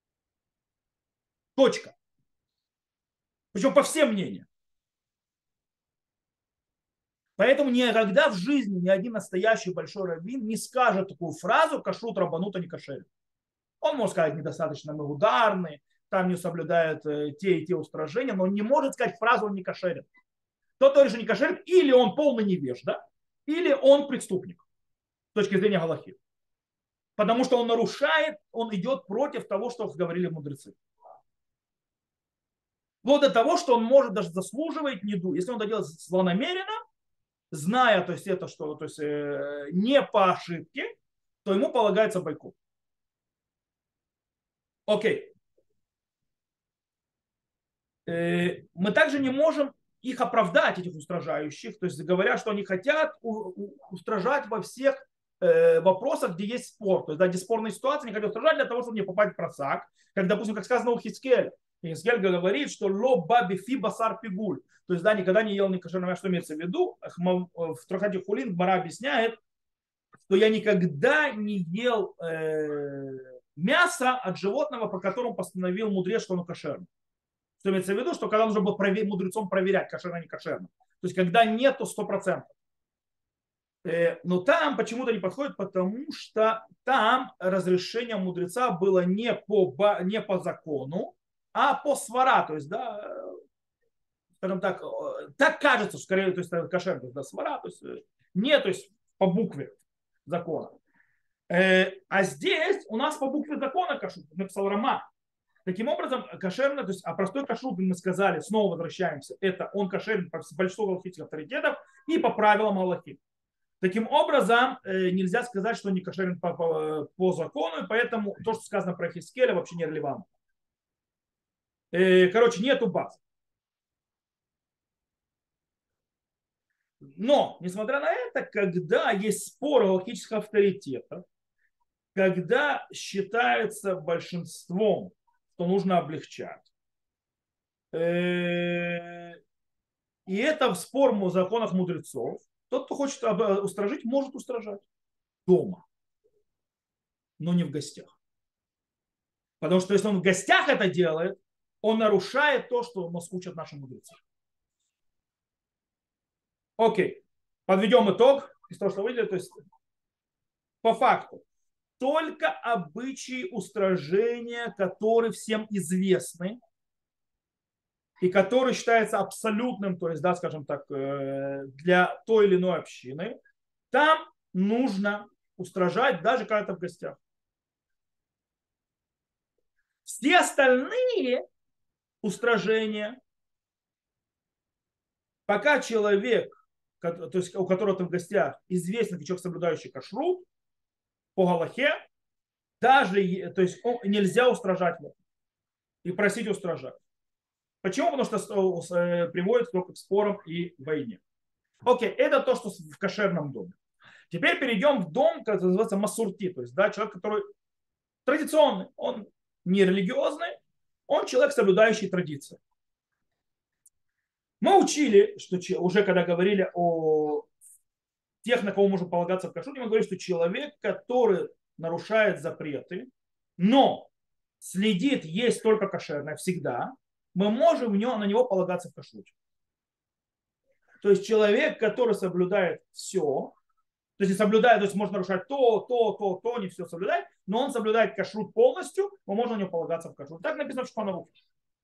Точка. Причем по всем мнениям. Поэтому никогда в жизни ни один настоящий большой раввин не скажет такую фразу кашрут рабанута не кошерен. Он может сказать недостаточно мы ударны, там не соблюдают те и те устражения, но он не может сказать фразу он не кошерен. Тот, кто говорит, что не кошерен, или он полный невежда, или он преступник с точки зрения галахи. Потому что он нарушает, он идет против того, что говорили мудрецы. Вплоть до того, что он может даже заслуживать неду. Если он это делает злонамеренно, зная, то есть это что, то есть э, не по ошибке, то ему полагается бойкот. Окей. Э, мы также не можем их оправдать, этих устражающих, то есть говоря, что они хотят устражать во всех э, вопросах, где есть спор. То есть, да, где спорные ситуации, они хотят устражать для того, чтобы не попасть в просак. Как, допустим, как сказано у Хискеля. Хискель говорит, что ло баби фи басар пигуль. То есть, да, никогда не ел некошерное мясо. Что имеется в виду? В Трохате Хулин Гмара объясняет, что я никогда не ел э, мясо от животного, по которому постановил мудрец, что оно кошерно. Что имеется в виду, что когда нужно было провер... мудрецом проверять, кошерно, не кошерно. То есть, когда нет, то сто процентов. Но там почему-то не подходит, потому что там разрешение мудреца было не по, не по закону, а по свара. То есть, да, скажем так, так кажется, что скорее, то есть, кошерно, то есть, да, свара, то есть, не, то есть, по букве закона. А здесь у нас по букве закона кашрут, написал Рама. Таким образом, кошерно, то есть, а простой кашрут, мы сказали, снова возвращаемся, это он кошерен по большинству галахических авторитетов и по правилам галахи. Таким образом, нельзя сказать, что он не кошерен по, по, по закону, и поэтому то, что сказано про Хискеля, вообще не релевантно. Короче, нету баз. Но, несмотря на это, когда есть спор галахических авторитетов, когда считается большинством, что нужно облегчать. И это в спор в законах мудрецов. Тот, кто хочет устражить, может устражать дома, но не в гостях. Потому что если он в гостях это делает, он нарушает то, что нас учат наши мудрецы. Окей. Подведем итог из того, что вы видели. То есть, по факту, только обычаи устражения, которые всем известны, и который считается абсолютным, то есть, да, скажем так, для той или иной общины, там нужно устражать, даже когда это в гостях. Все остальные устражения, пока человек, то есть у которого ты в гостях, известный человек, соблюдающий кашрут, по галахе, даже, то есть нельзя устражать его и просить устражать. Почему? Потому что приводит только к спорам и войне. Окей, это то, что в кошерном доме. Теперь перейдем в дом, который называется масурти, то есть, да, человек, который традиционный, он не религиозный, Он человек, соблюдающий традиции. Мы учили, что уже когда говорили о тех, на кого можно полагаться в кашруте, мы говорим, что человек, который нарушает запреты, но следит, есть только кошерное всегда, мы можем в него, на него полагаться в кашруте. То есть человек, который соблюдает все, то есть не соблюдает, то есть может нарушать то, то, то, то, не все соблюдает, но он соблюдает кашрут полностью, мы можем на него полагаться в кашрут. Так написано в Шулхан Арух.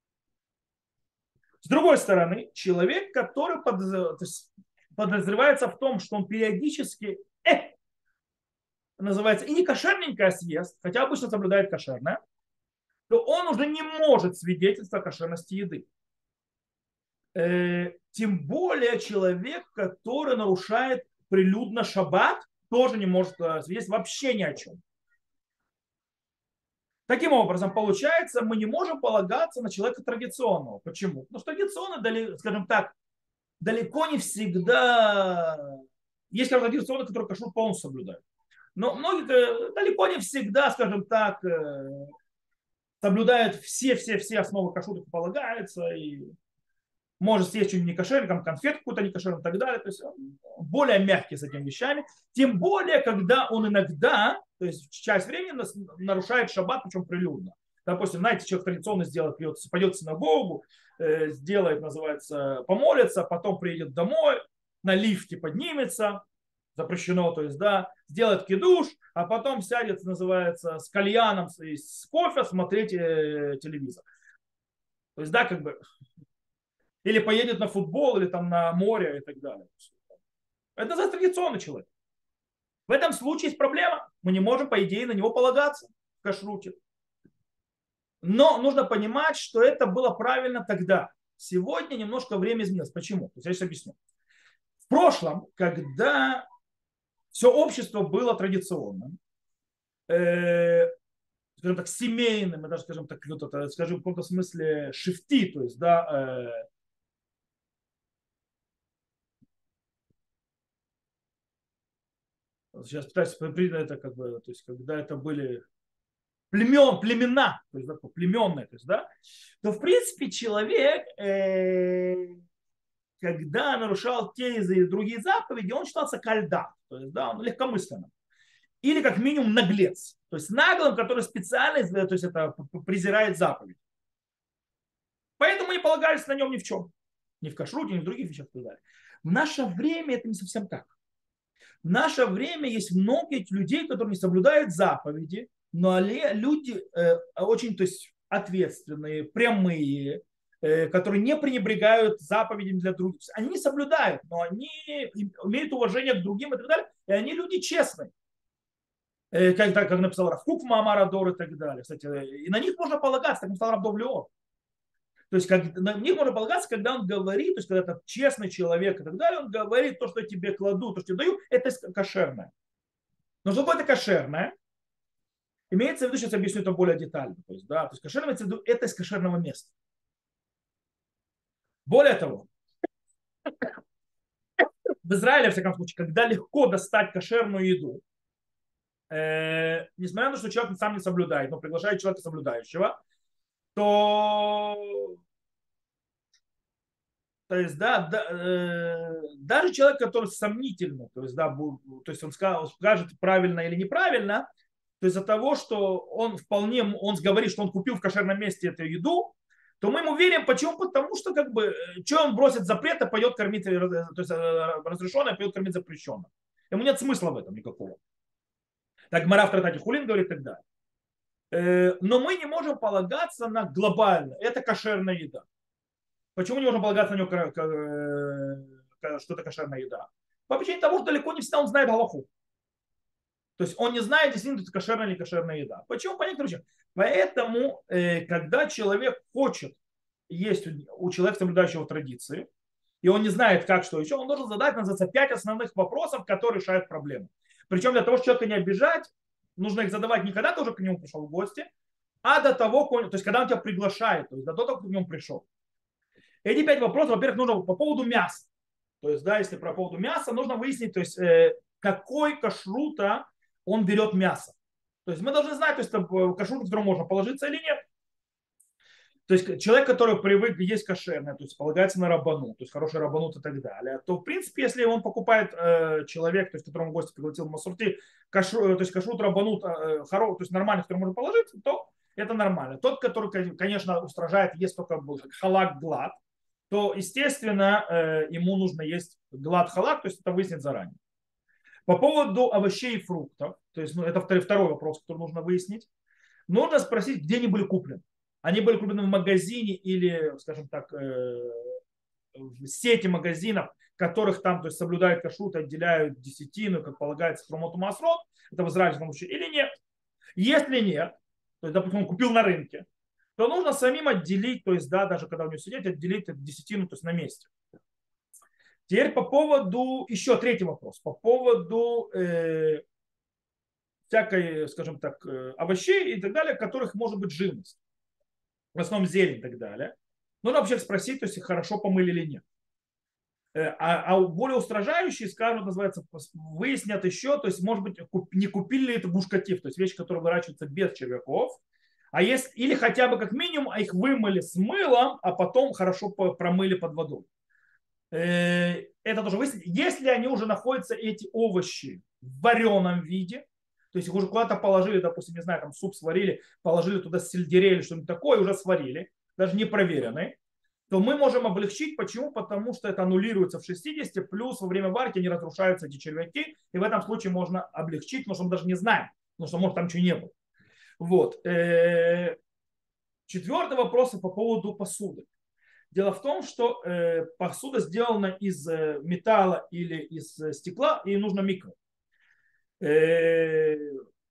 С другой стороны, человек, который подозревается, то есть подозревается в том, что он периодически э, называется и не кошерненькое съест, хотя обычно соблюдает кошерное, то он уже не может свидетельствовать о кошерности еды. Э, тем более человек, который нарушает прилюдно шаббат, тоже не может свидетельствовать вообще ни о чем. Таким образом, получается, мы не можем полагаться на человека традиционного. Почему? Потому что традиционно, скажем так, далеко не всегда есть традиционные, которые кашрут полностью соблюдают. Но многие далеко не всегда, скажем так, соблюдают все-все-все основы кашрута, как полагается, и может съесть что-нибудь некошерное, конфетку какую-то некошерную и так далее. То есть более мягкий с этими вещами. Тем более, когда он иногда, то есть часть времени нарушает шаббат, причем прилюдно. Допустим, знаете, человек традиционно сделает, пойдет в синагогу, сделает, называется, помолится, потом приедет домой, на лифте поднимется, запрещено, то есть, да, сделает кидуш, а потом сядет, называется, с кальяном, с кофе смотреть телевизор. То есть, да, как бы... Или поедет на футбол, или там на море и так далее. Это называется традиционный человек. В этом случае есть проблема. Мы не можем, по идее, на него полагаться в кашруте. Но нужно понимать, что это было правильно тогда. Сегодня немножко время изменилось. Почему? Я сейчас объясню. В прошлом, когда все общество было традиционным, э, скажем так, семейным, даже, скажем так, вот это, скажем, в каком-то смысле шифти, то есть, да, э, сейчас пытаюсь придать это как бы, то есть, когда это были племен, племена, то есть, да, племенные, то есть, да, то, в принципе, человек, э, когда нарушал те и другие заповеди, он считался кальда, то есть, да, он легкомысленным. Или, как минимум, наглец. То есть, наглым, который специально, то есть, это презирает заповедь. Поэтому не полагались на нем ни в чем. Ни в кашруте, ни в других вещах и так далее. В наше время это не совсем так. В наше время есть много людей, которые не соблюдают заповеди, но люди э, очень, то есть, ответственные, прямые, э, которые не пренебрегают заповедями для других. Они не соблюдают, но они имеют уважение к другим и так далее. И они люди честные. Э, как, как написал Равкук в Маамар Адор и так далее. Кстати, и на них можно полагаться, так написал Рав Дов Леор. То есть как, на них можно полагаться, когда он говорит, то есть когда это честный человек и так далее, он говорит, то, что я тебе кладу, то, что я даю, это кошерное. Но что такое это кошерное? Имеется в виду, сейчас объясню это более детально. То есть, да, то есть кошерное имеется в виду, это из кошерного места. Более того, в Израиле, во всяком случае, когда легко достать кошерную еду, э, несмотря на то, что человек сам не соблюдает, но приглашает человека соблюдающего, то То есть, да, да э, даже человек, который сомнительный, то есть, да, бу- то есть он скажет, скажет правильно или неправильно, то из-за того, что он вполне, он говорит, что он купил в кошерном месте эту еду, то мы ему верим. Почему? Потому что, как бы, что он бросит запрет, а пойдет кормить, э, то есть э, разрешенное, пойдет кормить запрещенное. Ему нет смысла в этом никакого. Так Гмара в Тратате Хулин говорит и так далее. Э, Но мы не можем полагаться на глобально. Это кошерная еда. Почему не можем полагаться на него, что это кошерная еда? По причине того, что далеко не всегда он знает галаху. То есть он не знает, действительно, это кошерная или кошерная еда. Почему? По некоторым причинам. Поэтому, когда человек хочет есть у человека, соблюдающего традиции, и он не знает, как что еще, он должен задать, называется, пять основных вопросов, которые решают проблему. Причем для того, чтобы человека не обижать, нужно их задавать не когда ты уже к нему пришел в гости, а до того, то есть когда он тебя приглашает, то есть до того, как ты к нему пришел. Эти пять вопросов, во-первых, нужно по поводу мяса. То есть, да, если про поводу мяса, нужно выяснить, то есть, э, какой кашрута он берет мясо. То есть мы должны знать, то есть, кашрут, в котором можно положиться или нет. То есть человек, который привык есть кошерное, то есть полагается на рабанут, то есть хороший рабанут и так далее, то в принципе, если он покупает э, человек, то есть которому гость пригласил масурти, кашу, то есть кашрут рабанут, э, хоро, то есть нормальный, который может положить, то это нормально. Тот, который, конечно, устражает, есть только халак глад, то, естественно, э, ему нужно есть глад халак, то есть это выяснить заранее. По поводу овощей и фруктов, то есть ну, это второй, второй вопрос, который нужно выяснить, нужно спросить, где они были куплены. Они были куплены в магазине или, скажем так, э, в сети магазинов, которых там то есть, соблюдают кашрут, отделяют десятину, как полагается, хромоту масрот, это в израильском случае, или нет. Если нет, то есть, допустим, он купил на рынке, то нужно самим отделить, то есть, да, даже когда у него сидеть, отделить эту десятину, то есть на месте. Теперь по поводу, еще третий вопрос, по поводу э, всякой, скажем так, э, овощей и так далее, которых может быть живность. В основном зелень и так далее. Нужно вообще спросить, то есть хорошо помыли или нет. Э, А, а более устражающие скажут, называется, выяснят еще, то есть, может быть, не купили ли это гушкатив, то есть вещи, которые выращиваются без червяков, а есть, или хотя бы как минимум а их вымыли с мылом, а потом хорошо промыли под водой. Э, Это тоже выяснить. Если они уже находятся, эти овощи, в вареном виде, то есть их уже куда-то положили, допустим, не знаю, там суп сварили, положили туда сельдерей или что-нибудь такое, уже сварили, даже не проверенный, то мы можем облегчить. Почему? Потому что это аннулируется в шестидесяти, плюс во время варки не разрушаются эти червяки, и в этом случае можно облегчить, потому что мы даже не знаем, потому что может там ничего не было. Вот. Э, Четвертый вопрос по поводу посуды. Дело в том, что э, посуда сделана из э, металла или из э, стекла, и нужно микро. Э,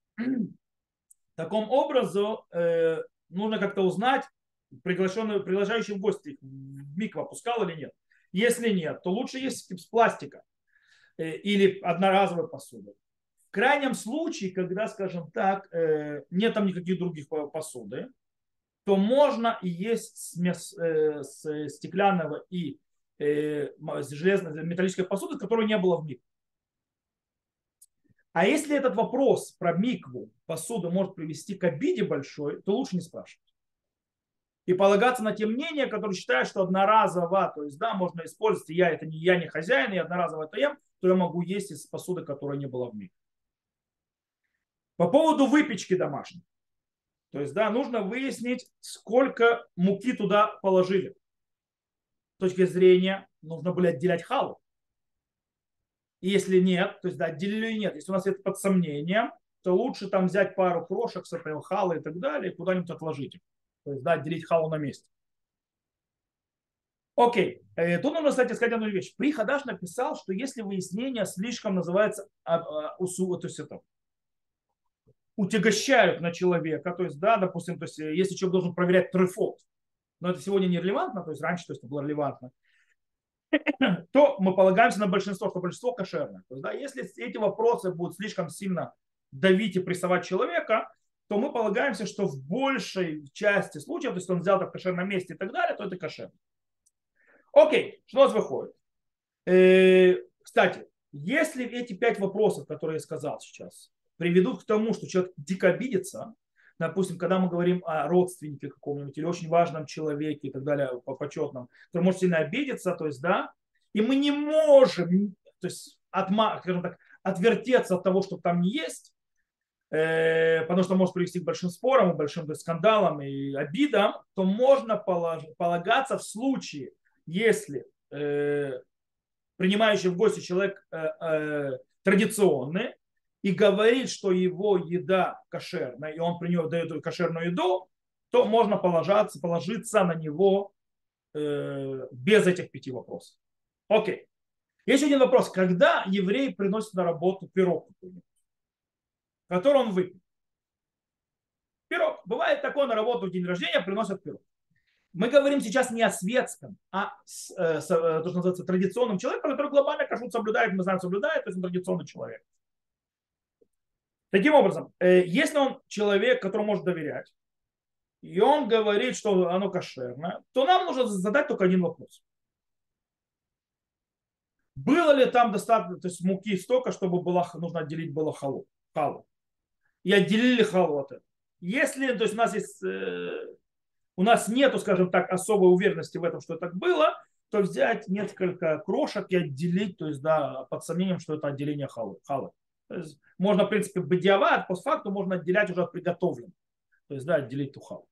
Таком образом, э, нужно как-то узнать, приглашенный, приглашающий в гости в микро пускал или нет. Если нет, то лучше есть из пластика э, или одноразовой посуды. В крайнем случае, когда, скажем так, э, нет там никаких других посуды, то можно и есть смесь э, с стеклянного и э, железной металлической посуды, которой не было в микро. А если этот вопрос про микву, посуду может привести к обиде большой, то лучше не спрашивать. И полагаться на те мнения, которые считают, что одноразово, то есть, да, можно использовать, и я это не я не хозяин, и одноразово это ем, то я могу есть из посуды, которая не была в микве. По поводу выпечки домашней. То есть, да, нужно выяснить, сколько муки туда положили. С точки зрения, нужно было отделять халу. И если нет, то есть, да, отделили или нет. Если у нас это под сомнением, то лучше там взять пару крошек, например, халы и так далее, и куда-нибудь отложить их. То есть, да, отделить халу на месте. Окей. Э, Тут нужно, кстати, сказать одну вещь. При Хадаш написал, что если выяснение слишком называется, а, а, усу, то есть это, утягощают на человека, то есть, да, допустим, то есть, если человек должен проверять трефот, но это сегодня не релевантно, то есть раньше то есть, это было релевантно, то мы полагаемся на большинство, что большинство кошерное. То есть, да, если эти вопросы будут слишком сильно давить и прессовать человека, то мы полагаемся, что в большей части случаев, то есть он взял это в кошерном месте и так далее, то это кошерно. Окей, что у нас выходит? Э, Кстати, если эти пять вопросов, которые я сказал сейчас, приведут к тому, что человек дико обидится, допустим, когда мы говорим о родственнике каком-нибудь или очень важном человеке и так далее, по почетном, который может сильно обидеться, то есть, да, и мы не можем, то есть, отма, скажем так, отвертеться от того, что там не есть, э, потому что может привести к большим спорам, и большим то есть, скандалам и обидам, то можно полож, полагаться в случае, если э, принимающий в гости человек э, э, традиционный, и говорит, что его еда кошерная, и он при нем дает кошерную еду, то можно положиться, положиться на него э, без этих пяти вопросов. Окей. Еще один вопрос. Когда еврей приносит на работу пирог, который он выпил? Пирог. Бывает такое, на работу в день рождения приносят пирог. Мы говорим сейчас не о светском, а с, э, с, э, то, что называется традиционным человеком, который глобально кашрут соблюдает, мы знаем, соблюдает, то есть он традиционный человек. Таким образом, если он человек, которому можно доверять, и он говорит, что оно кошерное, то нам нужно задать только один вопрос. Было ли там достаточно, то есть муки столько, чтобы было, нужно отделить было халу, халу? И отделили халу от этого. Если, то есть у нас есть у нас нету, скажем так, особой уверенности в этом, что так было, то взять несколько крошек и отделить, то есть, да, под сомнением, что это отделение халы. халы. То есть, можно, в принципе, бадиават, постфакту можно отделять уже от приготовленного. То есть, да, отделить ту халу.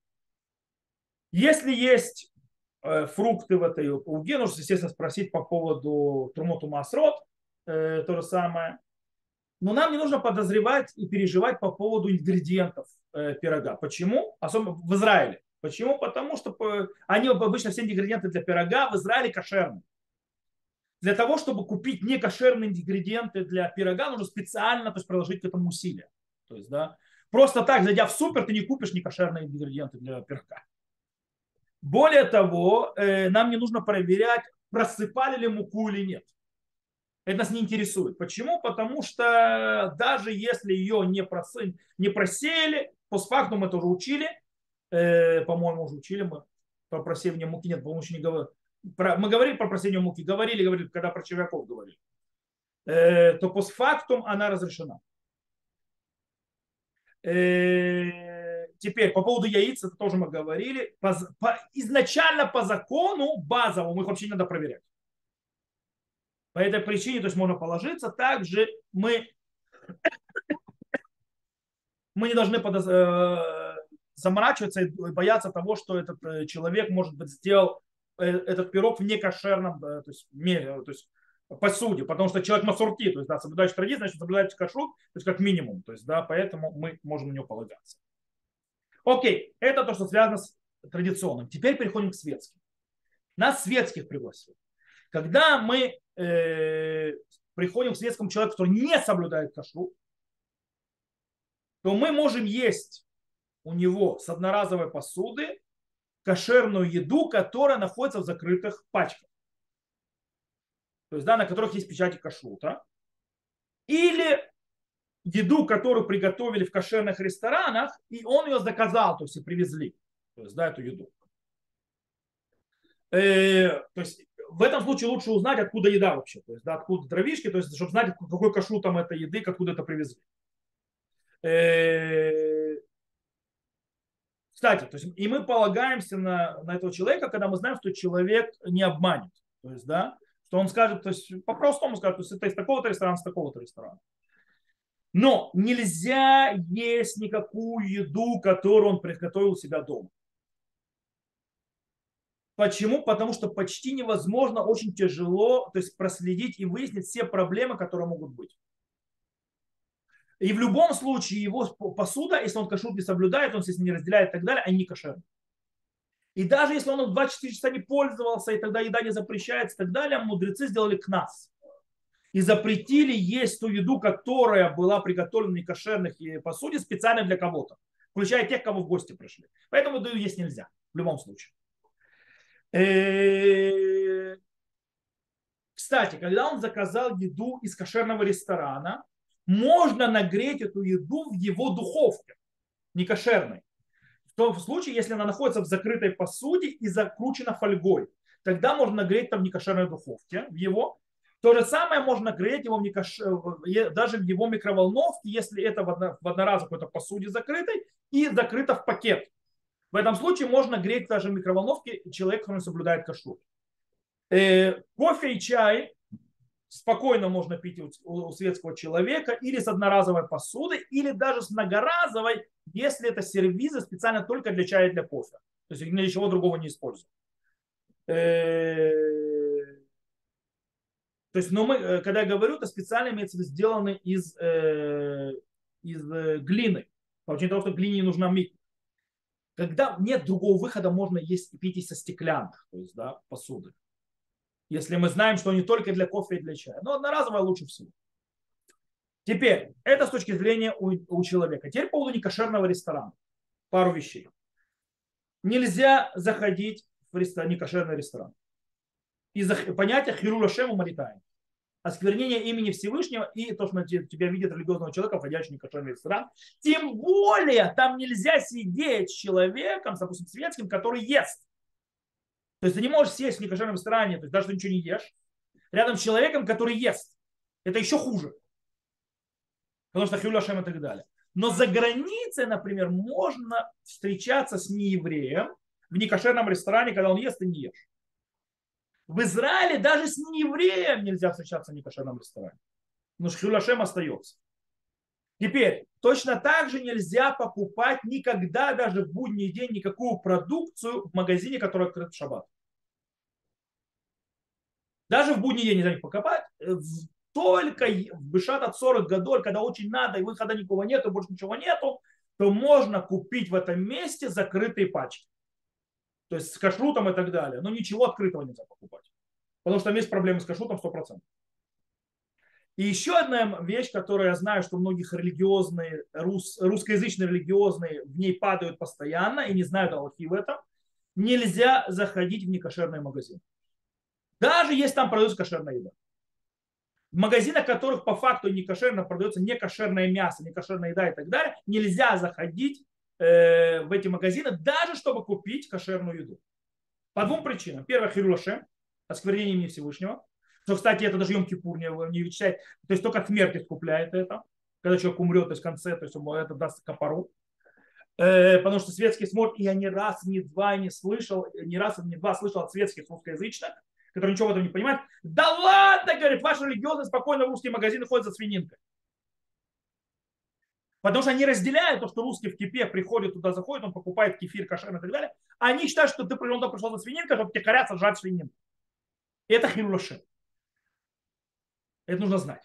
Если есть э, фрукты в этой уге, нужно, естественно, спросить по поводу трумоту масрот, э, то же самое. Но нам не нужно подозревать и переживать по поводу ингредиентов э, пирога. Почему? Особенно в Израиле. Почему? Потому что э, они обычно все ингредиенты для пирога в Израиле кошерные. Для того, чтобы купить некошерные ингредиенты для пирога, нужно специально, то есть, приложить к этому усилия. То есть, да, просто так, зайдя в супер, ты не купишь некошерные ингредиенты для пирога. Более того, э, нам не нужно проверять, просыпали ли муку или нет. Это нас не интересует. Почему? Потому что даже если ее не, просы, не просеяли, постфактум мы тоже учили, э, по-моему, уже учили мы про просеивание муки, нет, по-моему, еще не говорили. Про, мы говорили про просеивание муки, говорили, говорили, когда про червяков говорили, э, то постфактум она разрешена. Э, теперь по поводу яиц, это тоже мы говорили. По, по, изначально по закону базовому их вообще не надо проверять. По этой причине, то есть можно положиться. Также мы, мы не должны подоз... э, заморачиваться и бояться того, что этот э, человек, может быть, сделал э, этот пирог в некошерном, э, то есть, мере, то есть посуде, потому что человек масурти, то есть, да, соблюдающий традицию, значит, соблюдает кашрут, то есть как минимум, то есть, да, поэтому мы можем на него полагаться. Окей, это то, что связано с традиционным. Теперь переходим к светским. Нас светских пригласили. Когда мы э, приходим к светскому человеку, который не соблюдает кашрут, то мы можем есть у него с одноразовой посуды кошерную еду, которая находится в закрытых пачках. То есть, да, на которых есть печати кашрута. Или еду, которую приготовили в кошерных ресторанах, и он ее заказал, то есть и привезли. То есть, да, эту еду. Э, то есть в этом случае лучше узнать, откуда еда вообще, то есть, да, откуда дровишки, то есть, чтобы знать, какой кашрут там этой еды, откуда это привезли. Э, кстати, то есть, и мы полагаемся на, на этого человека, когда мы знаем, что человек не обманет. То есть, да, что он скажет, то есть, по-простому скажет, то есть, это из такого-то ресторана, с такого-то ресторана. Но нельзя есть никакую еду, которую он приготовил у себя дома. Почему? Потому что почти невозможно, очень тяжело, то есть проследить и выяснить все проблемы, которые могут быть. И в любом случае его посуда, если он кашрут не соблюдает, он, если не разделяет и так далее, они не кошерны. И даже если он двадцать четыре часа не пользовался, и тогда еда не запрещается и так далее, мудрецы сделали кнас. И запретили есть ту еду, которая была приготовлена в некошерных посуде специально для кого-то, включая тех, кого в гости пришли. Поэтому еду есть нельзя в любом случае. Кстати, когда он заказал еду из кошерного ресторана, можно нагреть эту еду в его духовке, не кошерной. В том случае, если она находится в закрытой посуде и закручена фольгой, тогда можно нагреть там в некошерной духовке, в его. То же самое можно нагреть его в некош... даже в его микроволновке, если это в, одно... в одноразовой какой-то посуде закрытой и закрыто в пакет. В этом случае можно греть даже в микроволновке человека, который соблюдает кашрут. Э, кофе и чай спокойно можно пить у, у светского человека или с одноразовой посуды, или даже с многоразовой, если это сервизы специально только для чая и для кофе. То есть для ничего другого не используют. Э, то есть, но мы, когда я говорю, это специально имеется в виду сделаны из, э, из э, глины. По причине того, что глине не нужна миква. Когда нет другого выхода, можно есть, пить и со стеклянных, то есть, да, посуды. Если мы знаем, что не только для кофе и для чая. Но одноразовое лучше всего. Теперь, это с точки зрения у, у человека. Теперь по поводу некошерного ресторана. Пару вещей. Нельзя заходить в ресторан, некошерный ресторан. Из-за понятия хирура шему малитаем. Осквернение имени Всевышнего и то, что тебя видит религиозного человека, входящий в некошерный ресторан. Тем более там нельзя сидеть с человеком, допустим, светским, который ест. То есть ты не можешь сесть в некошерном ресторане, то есть даже ты ничего не ешь, рядом с человеком, который ест. Это еще хуже. Потому что хилюля шем и так далее. Но за границей, например, можно встречаться с неевреем в некошерном ресторане, когда он ест, ты не ешь. В Израиле даже с неевреем нельзя встречаться в некошерном ресторане. Но шхилашем остается. Теперь, точно так же нельзя покупать никогда, даже в будний день, никакую продукцию в магазине, который открыт в шаббат. Даже в будний день нельзя их покупать. Только в Бешат от сорок годов, когда очень надо, и выхода никого нету, больше ничего нету, то можно купить в этом месте закрытые пачки. То есть с кашрутом и так далее. Но ничего открытого нельзя покупать. Потому что там есть проблемы с кашрутом сто процентов. И еще одна вещь, которую я знаю, что многих религиозные, рус, русскоязычные религиозные в ней падают постоянно и не знают аллахи в этом. Нельзя заходить в некошерный магазин. Даже если там продается кошерная еда. В магазинах, в которых по факту не кошерно продается некошерное мясо, некошерная еда и так далее, нельзя заходить э, в эти магазины, даже чтобы купить кошерную еду. По двум причинам. Первое, хирулаше, осквернение имени Всевышнего. Что, кстати, это даже Йом-Кипур не, не вычисляет. То есть только смерть искупляет это. Когда человек умрет, то есть в конце, то есть это даст капару. Э, потому что светский смотр, и я ни раз, ни два не слышал, ни раз, ни два слышал от светских русскоязычных, которые ничего в этом не понимают. Да ладно, говорит, ваши религиозные спокойно в русские магазины ходят за свининкой. Потому что они разделяют то, что русский в кипе приходит туда, заходит, он покупает кефир, кашер и так далее. Они считают, что ты пришел, пришел за свининкой, чтобы втихаря сожрать свининку. И это хилюши. Это нужно знать.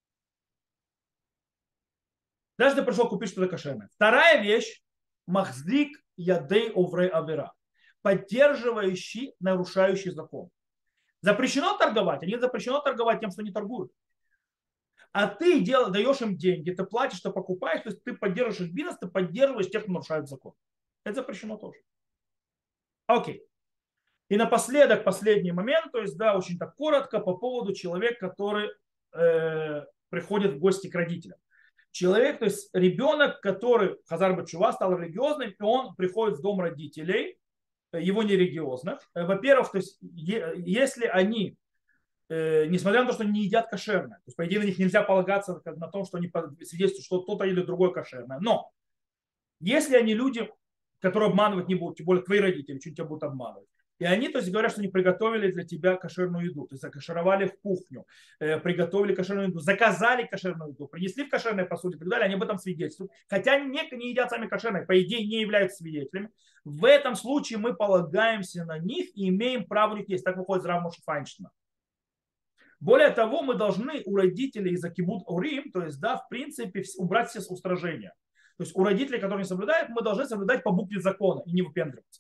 Даже ты пришел купить что-то кошерное. Вторая вещь. Махздик ядей оврей авера. Поддерживающий, нарушающий закон. Запрещено торговать, а не запрещено торговать тем, что не торгуют. А ты дел, даешь им деньги, ты платишь, ты покупаешь, то есть ты поддерживаешь их бизнес, ты поддерживаешь тех, кто нарушает закон. Это запрещено тоже. Окей. И напоследок, последний момент, то есть, да, очень так коротко по поводу человека, который э, приходит в гости к родителям. Человек, то есть ребенок, который, Хазар Бачува, стал религиозным, и он приходит в дом родителей, его нерелигиозных. Во-первых, то есть, если они, э, несмотря на то, что они не едят кошерное, то есть, по идее, на них нельзя полагаться как на том, что они свидетельствуют, что кто-то или другое кошерное. Но если они люди, которые обманывать не будут, тем более твои родители, чуть тебя будут обманывать, и они, то есть, говорят, что они приготовили для тебя кошерную еду, то есть закошеровали в кухню, э, приготовили кошерную еду, заказали кошерную еду, принесли в кошерной посуде и так далее, они об этом свидетельствуют. Хотя они не, не едят сами кошерное, по идее, не являются свидетелями. В этом случае мы полагаемся на них и имеем право их есть. Так выходит из Рав Моше Файнштейна. Более того, мы должны у родителей из-за кибут орим, то есть, да, в принципе, убрать все устражения. То есть у родителей, которые не соблюдают, мы должны соблюдать по букве закона и не выпендриваться.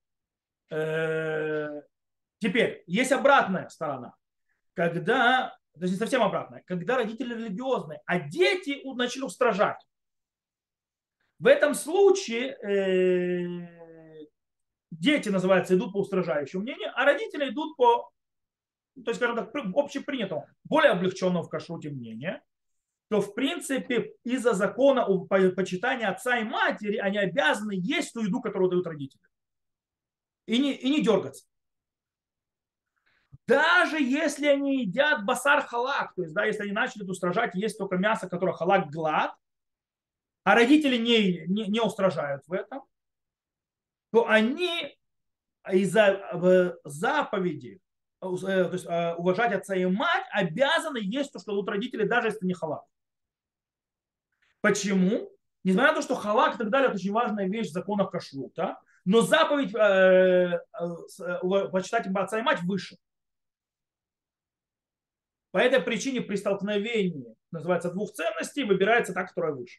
Теперь, есть обратная сторона, когда, то есть не совсем обратная, когда родители религиозные, а дети начали устражать. В этом случае э, дети, называется, идут по устражающему мнению, а родители идут по, то есть, скажем так, общепринятому, более облегченному в кашруте мнению, то, в принципе, из-за закона о почитании отца и матери они обязаны есть ту еду, которую дают родители. И не, и не дергаться. Даже если они едят басар халак, то есть, да, если они начали устражать, есть только мясо, которое халак глад, а родители не, не, не устражают в этом, то они из-за заповеди, то есть уважать отца и мать, обязаны есть то, что дают родители, даже если не халак. Почему? Несмотря на то, что халак и так далее, это очень важная вещь в законах кашрута, но заповедь э, э, почитать отца и мать выше. По этой причине при столкновении, называется, двух ценностей, выбирается та, которая выше.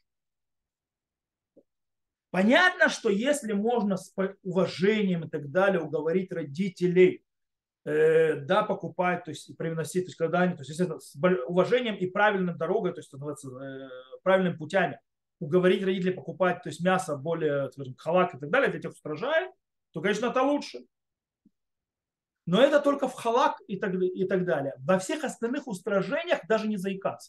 Понятно, что если можно с уважением и так далее уговорить родителей, э, да, покупать, то есть привносить, то есть когда они, то есть если с уважением и правильной дорогой, то есть э, правильными путями уговорить родителей покупать, то есть мясо более, скажем, халак и так далее, для тех, кто стражает, то, конечно, это лучше. Но это только в халак и так, и так далее. Во всех остальных устражениях даже не заикаться.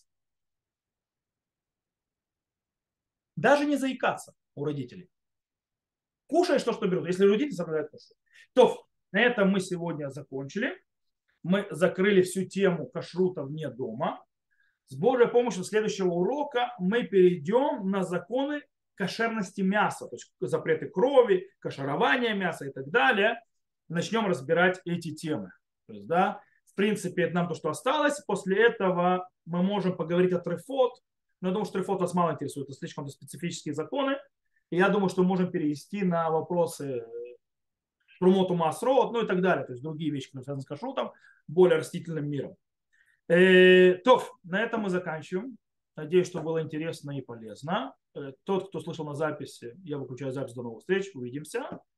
Даже не заикаться у родителей. Кушаешь то, что берут, если родители соблюдают кушать. То, на этом мы сегодня закончили. Мы закрыли всю тему кашрута вне дома. С Божьей помощью следующего урока мы перейдем на законы кошерности мяса, то есть запреты крови, кошерования мяса и так далее. Начнем разбирать эти темы. То есть, да, в принципе, это нам то, что осталось. После этого мы можем поговорить о трефот. Но я думаю, что трефот вас мало интересует. Это слишком специфические законы. И я думаю, что мы можем перевести на вопросы Трумоту Масрот, ну и так далее. То есть другие вещи, которые связаны с кашрутом, более растительным миром. Э, то, на этом мы заканчиваем. Надеюсь, что было интересно и полезно. Э, тот, кто слышал на записи, я выключаю запись. До новых встреч. Увидимся.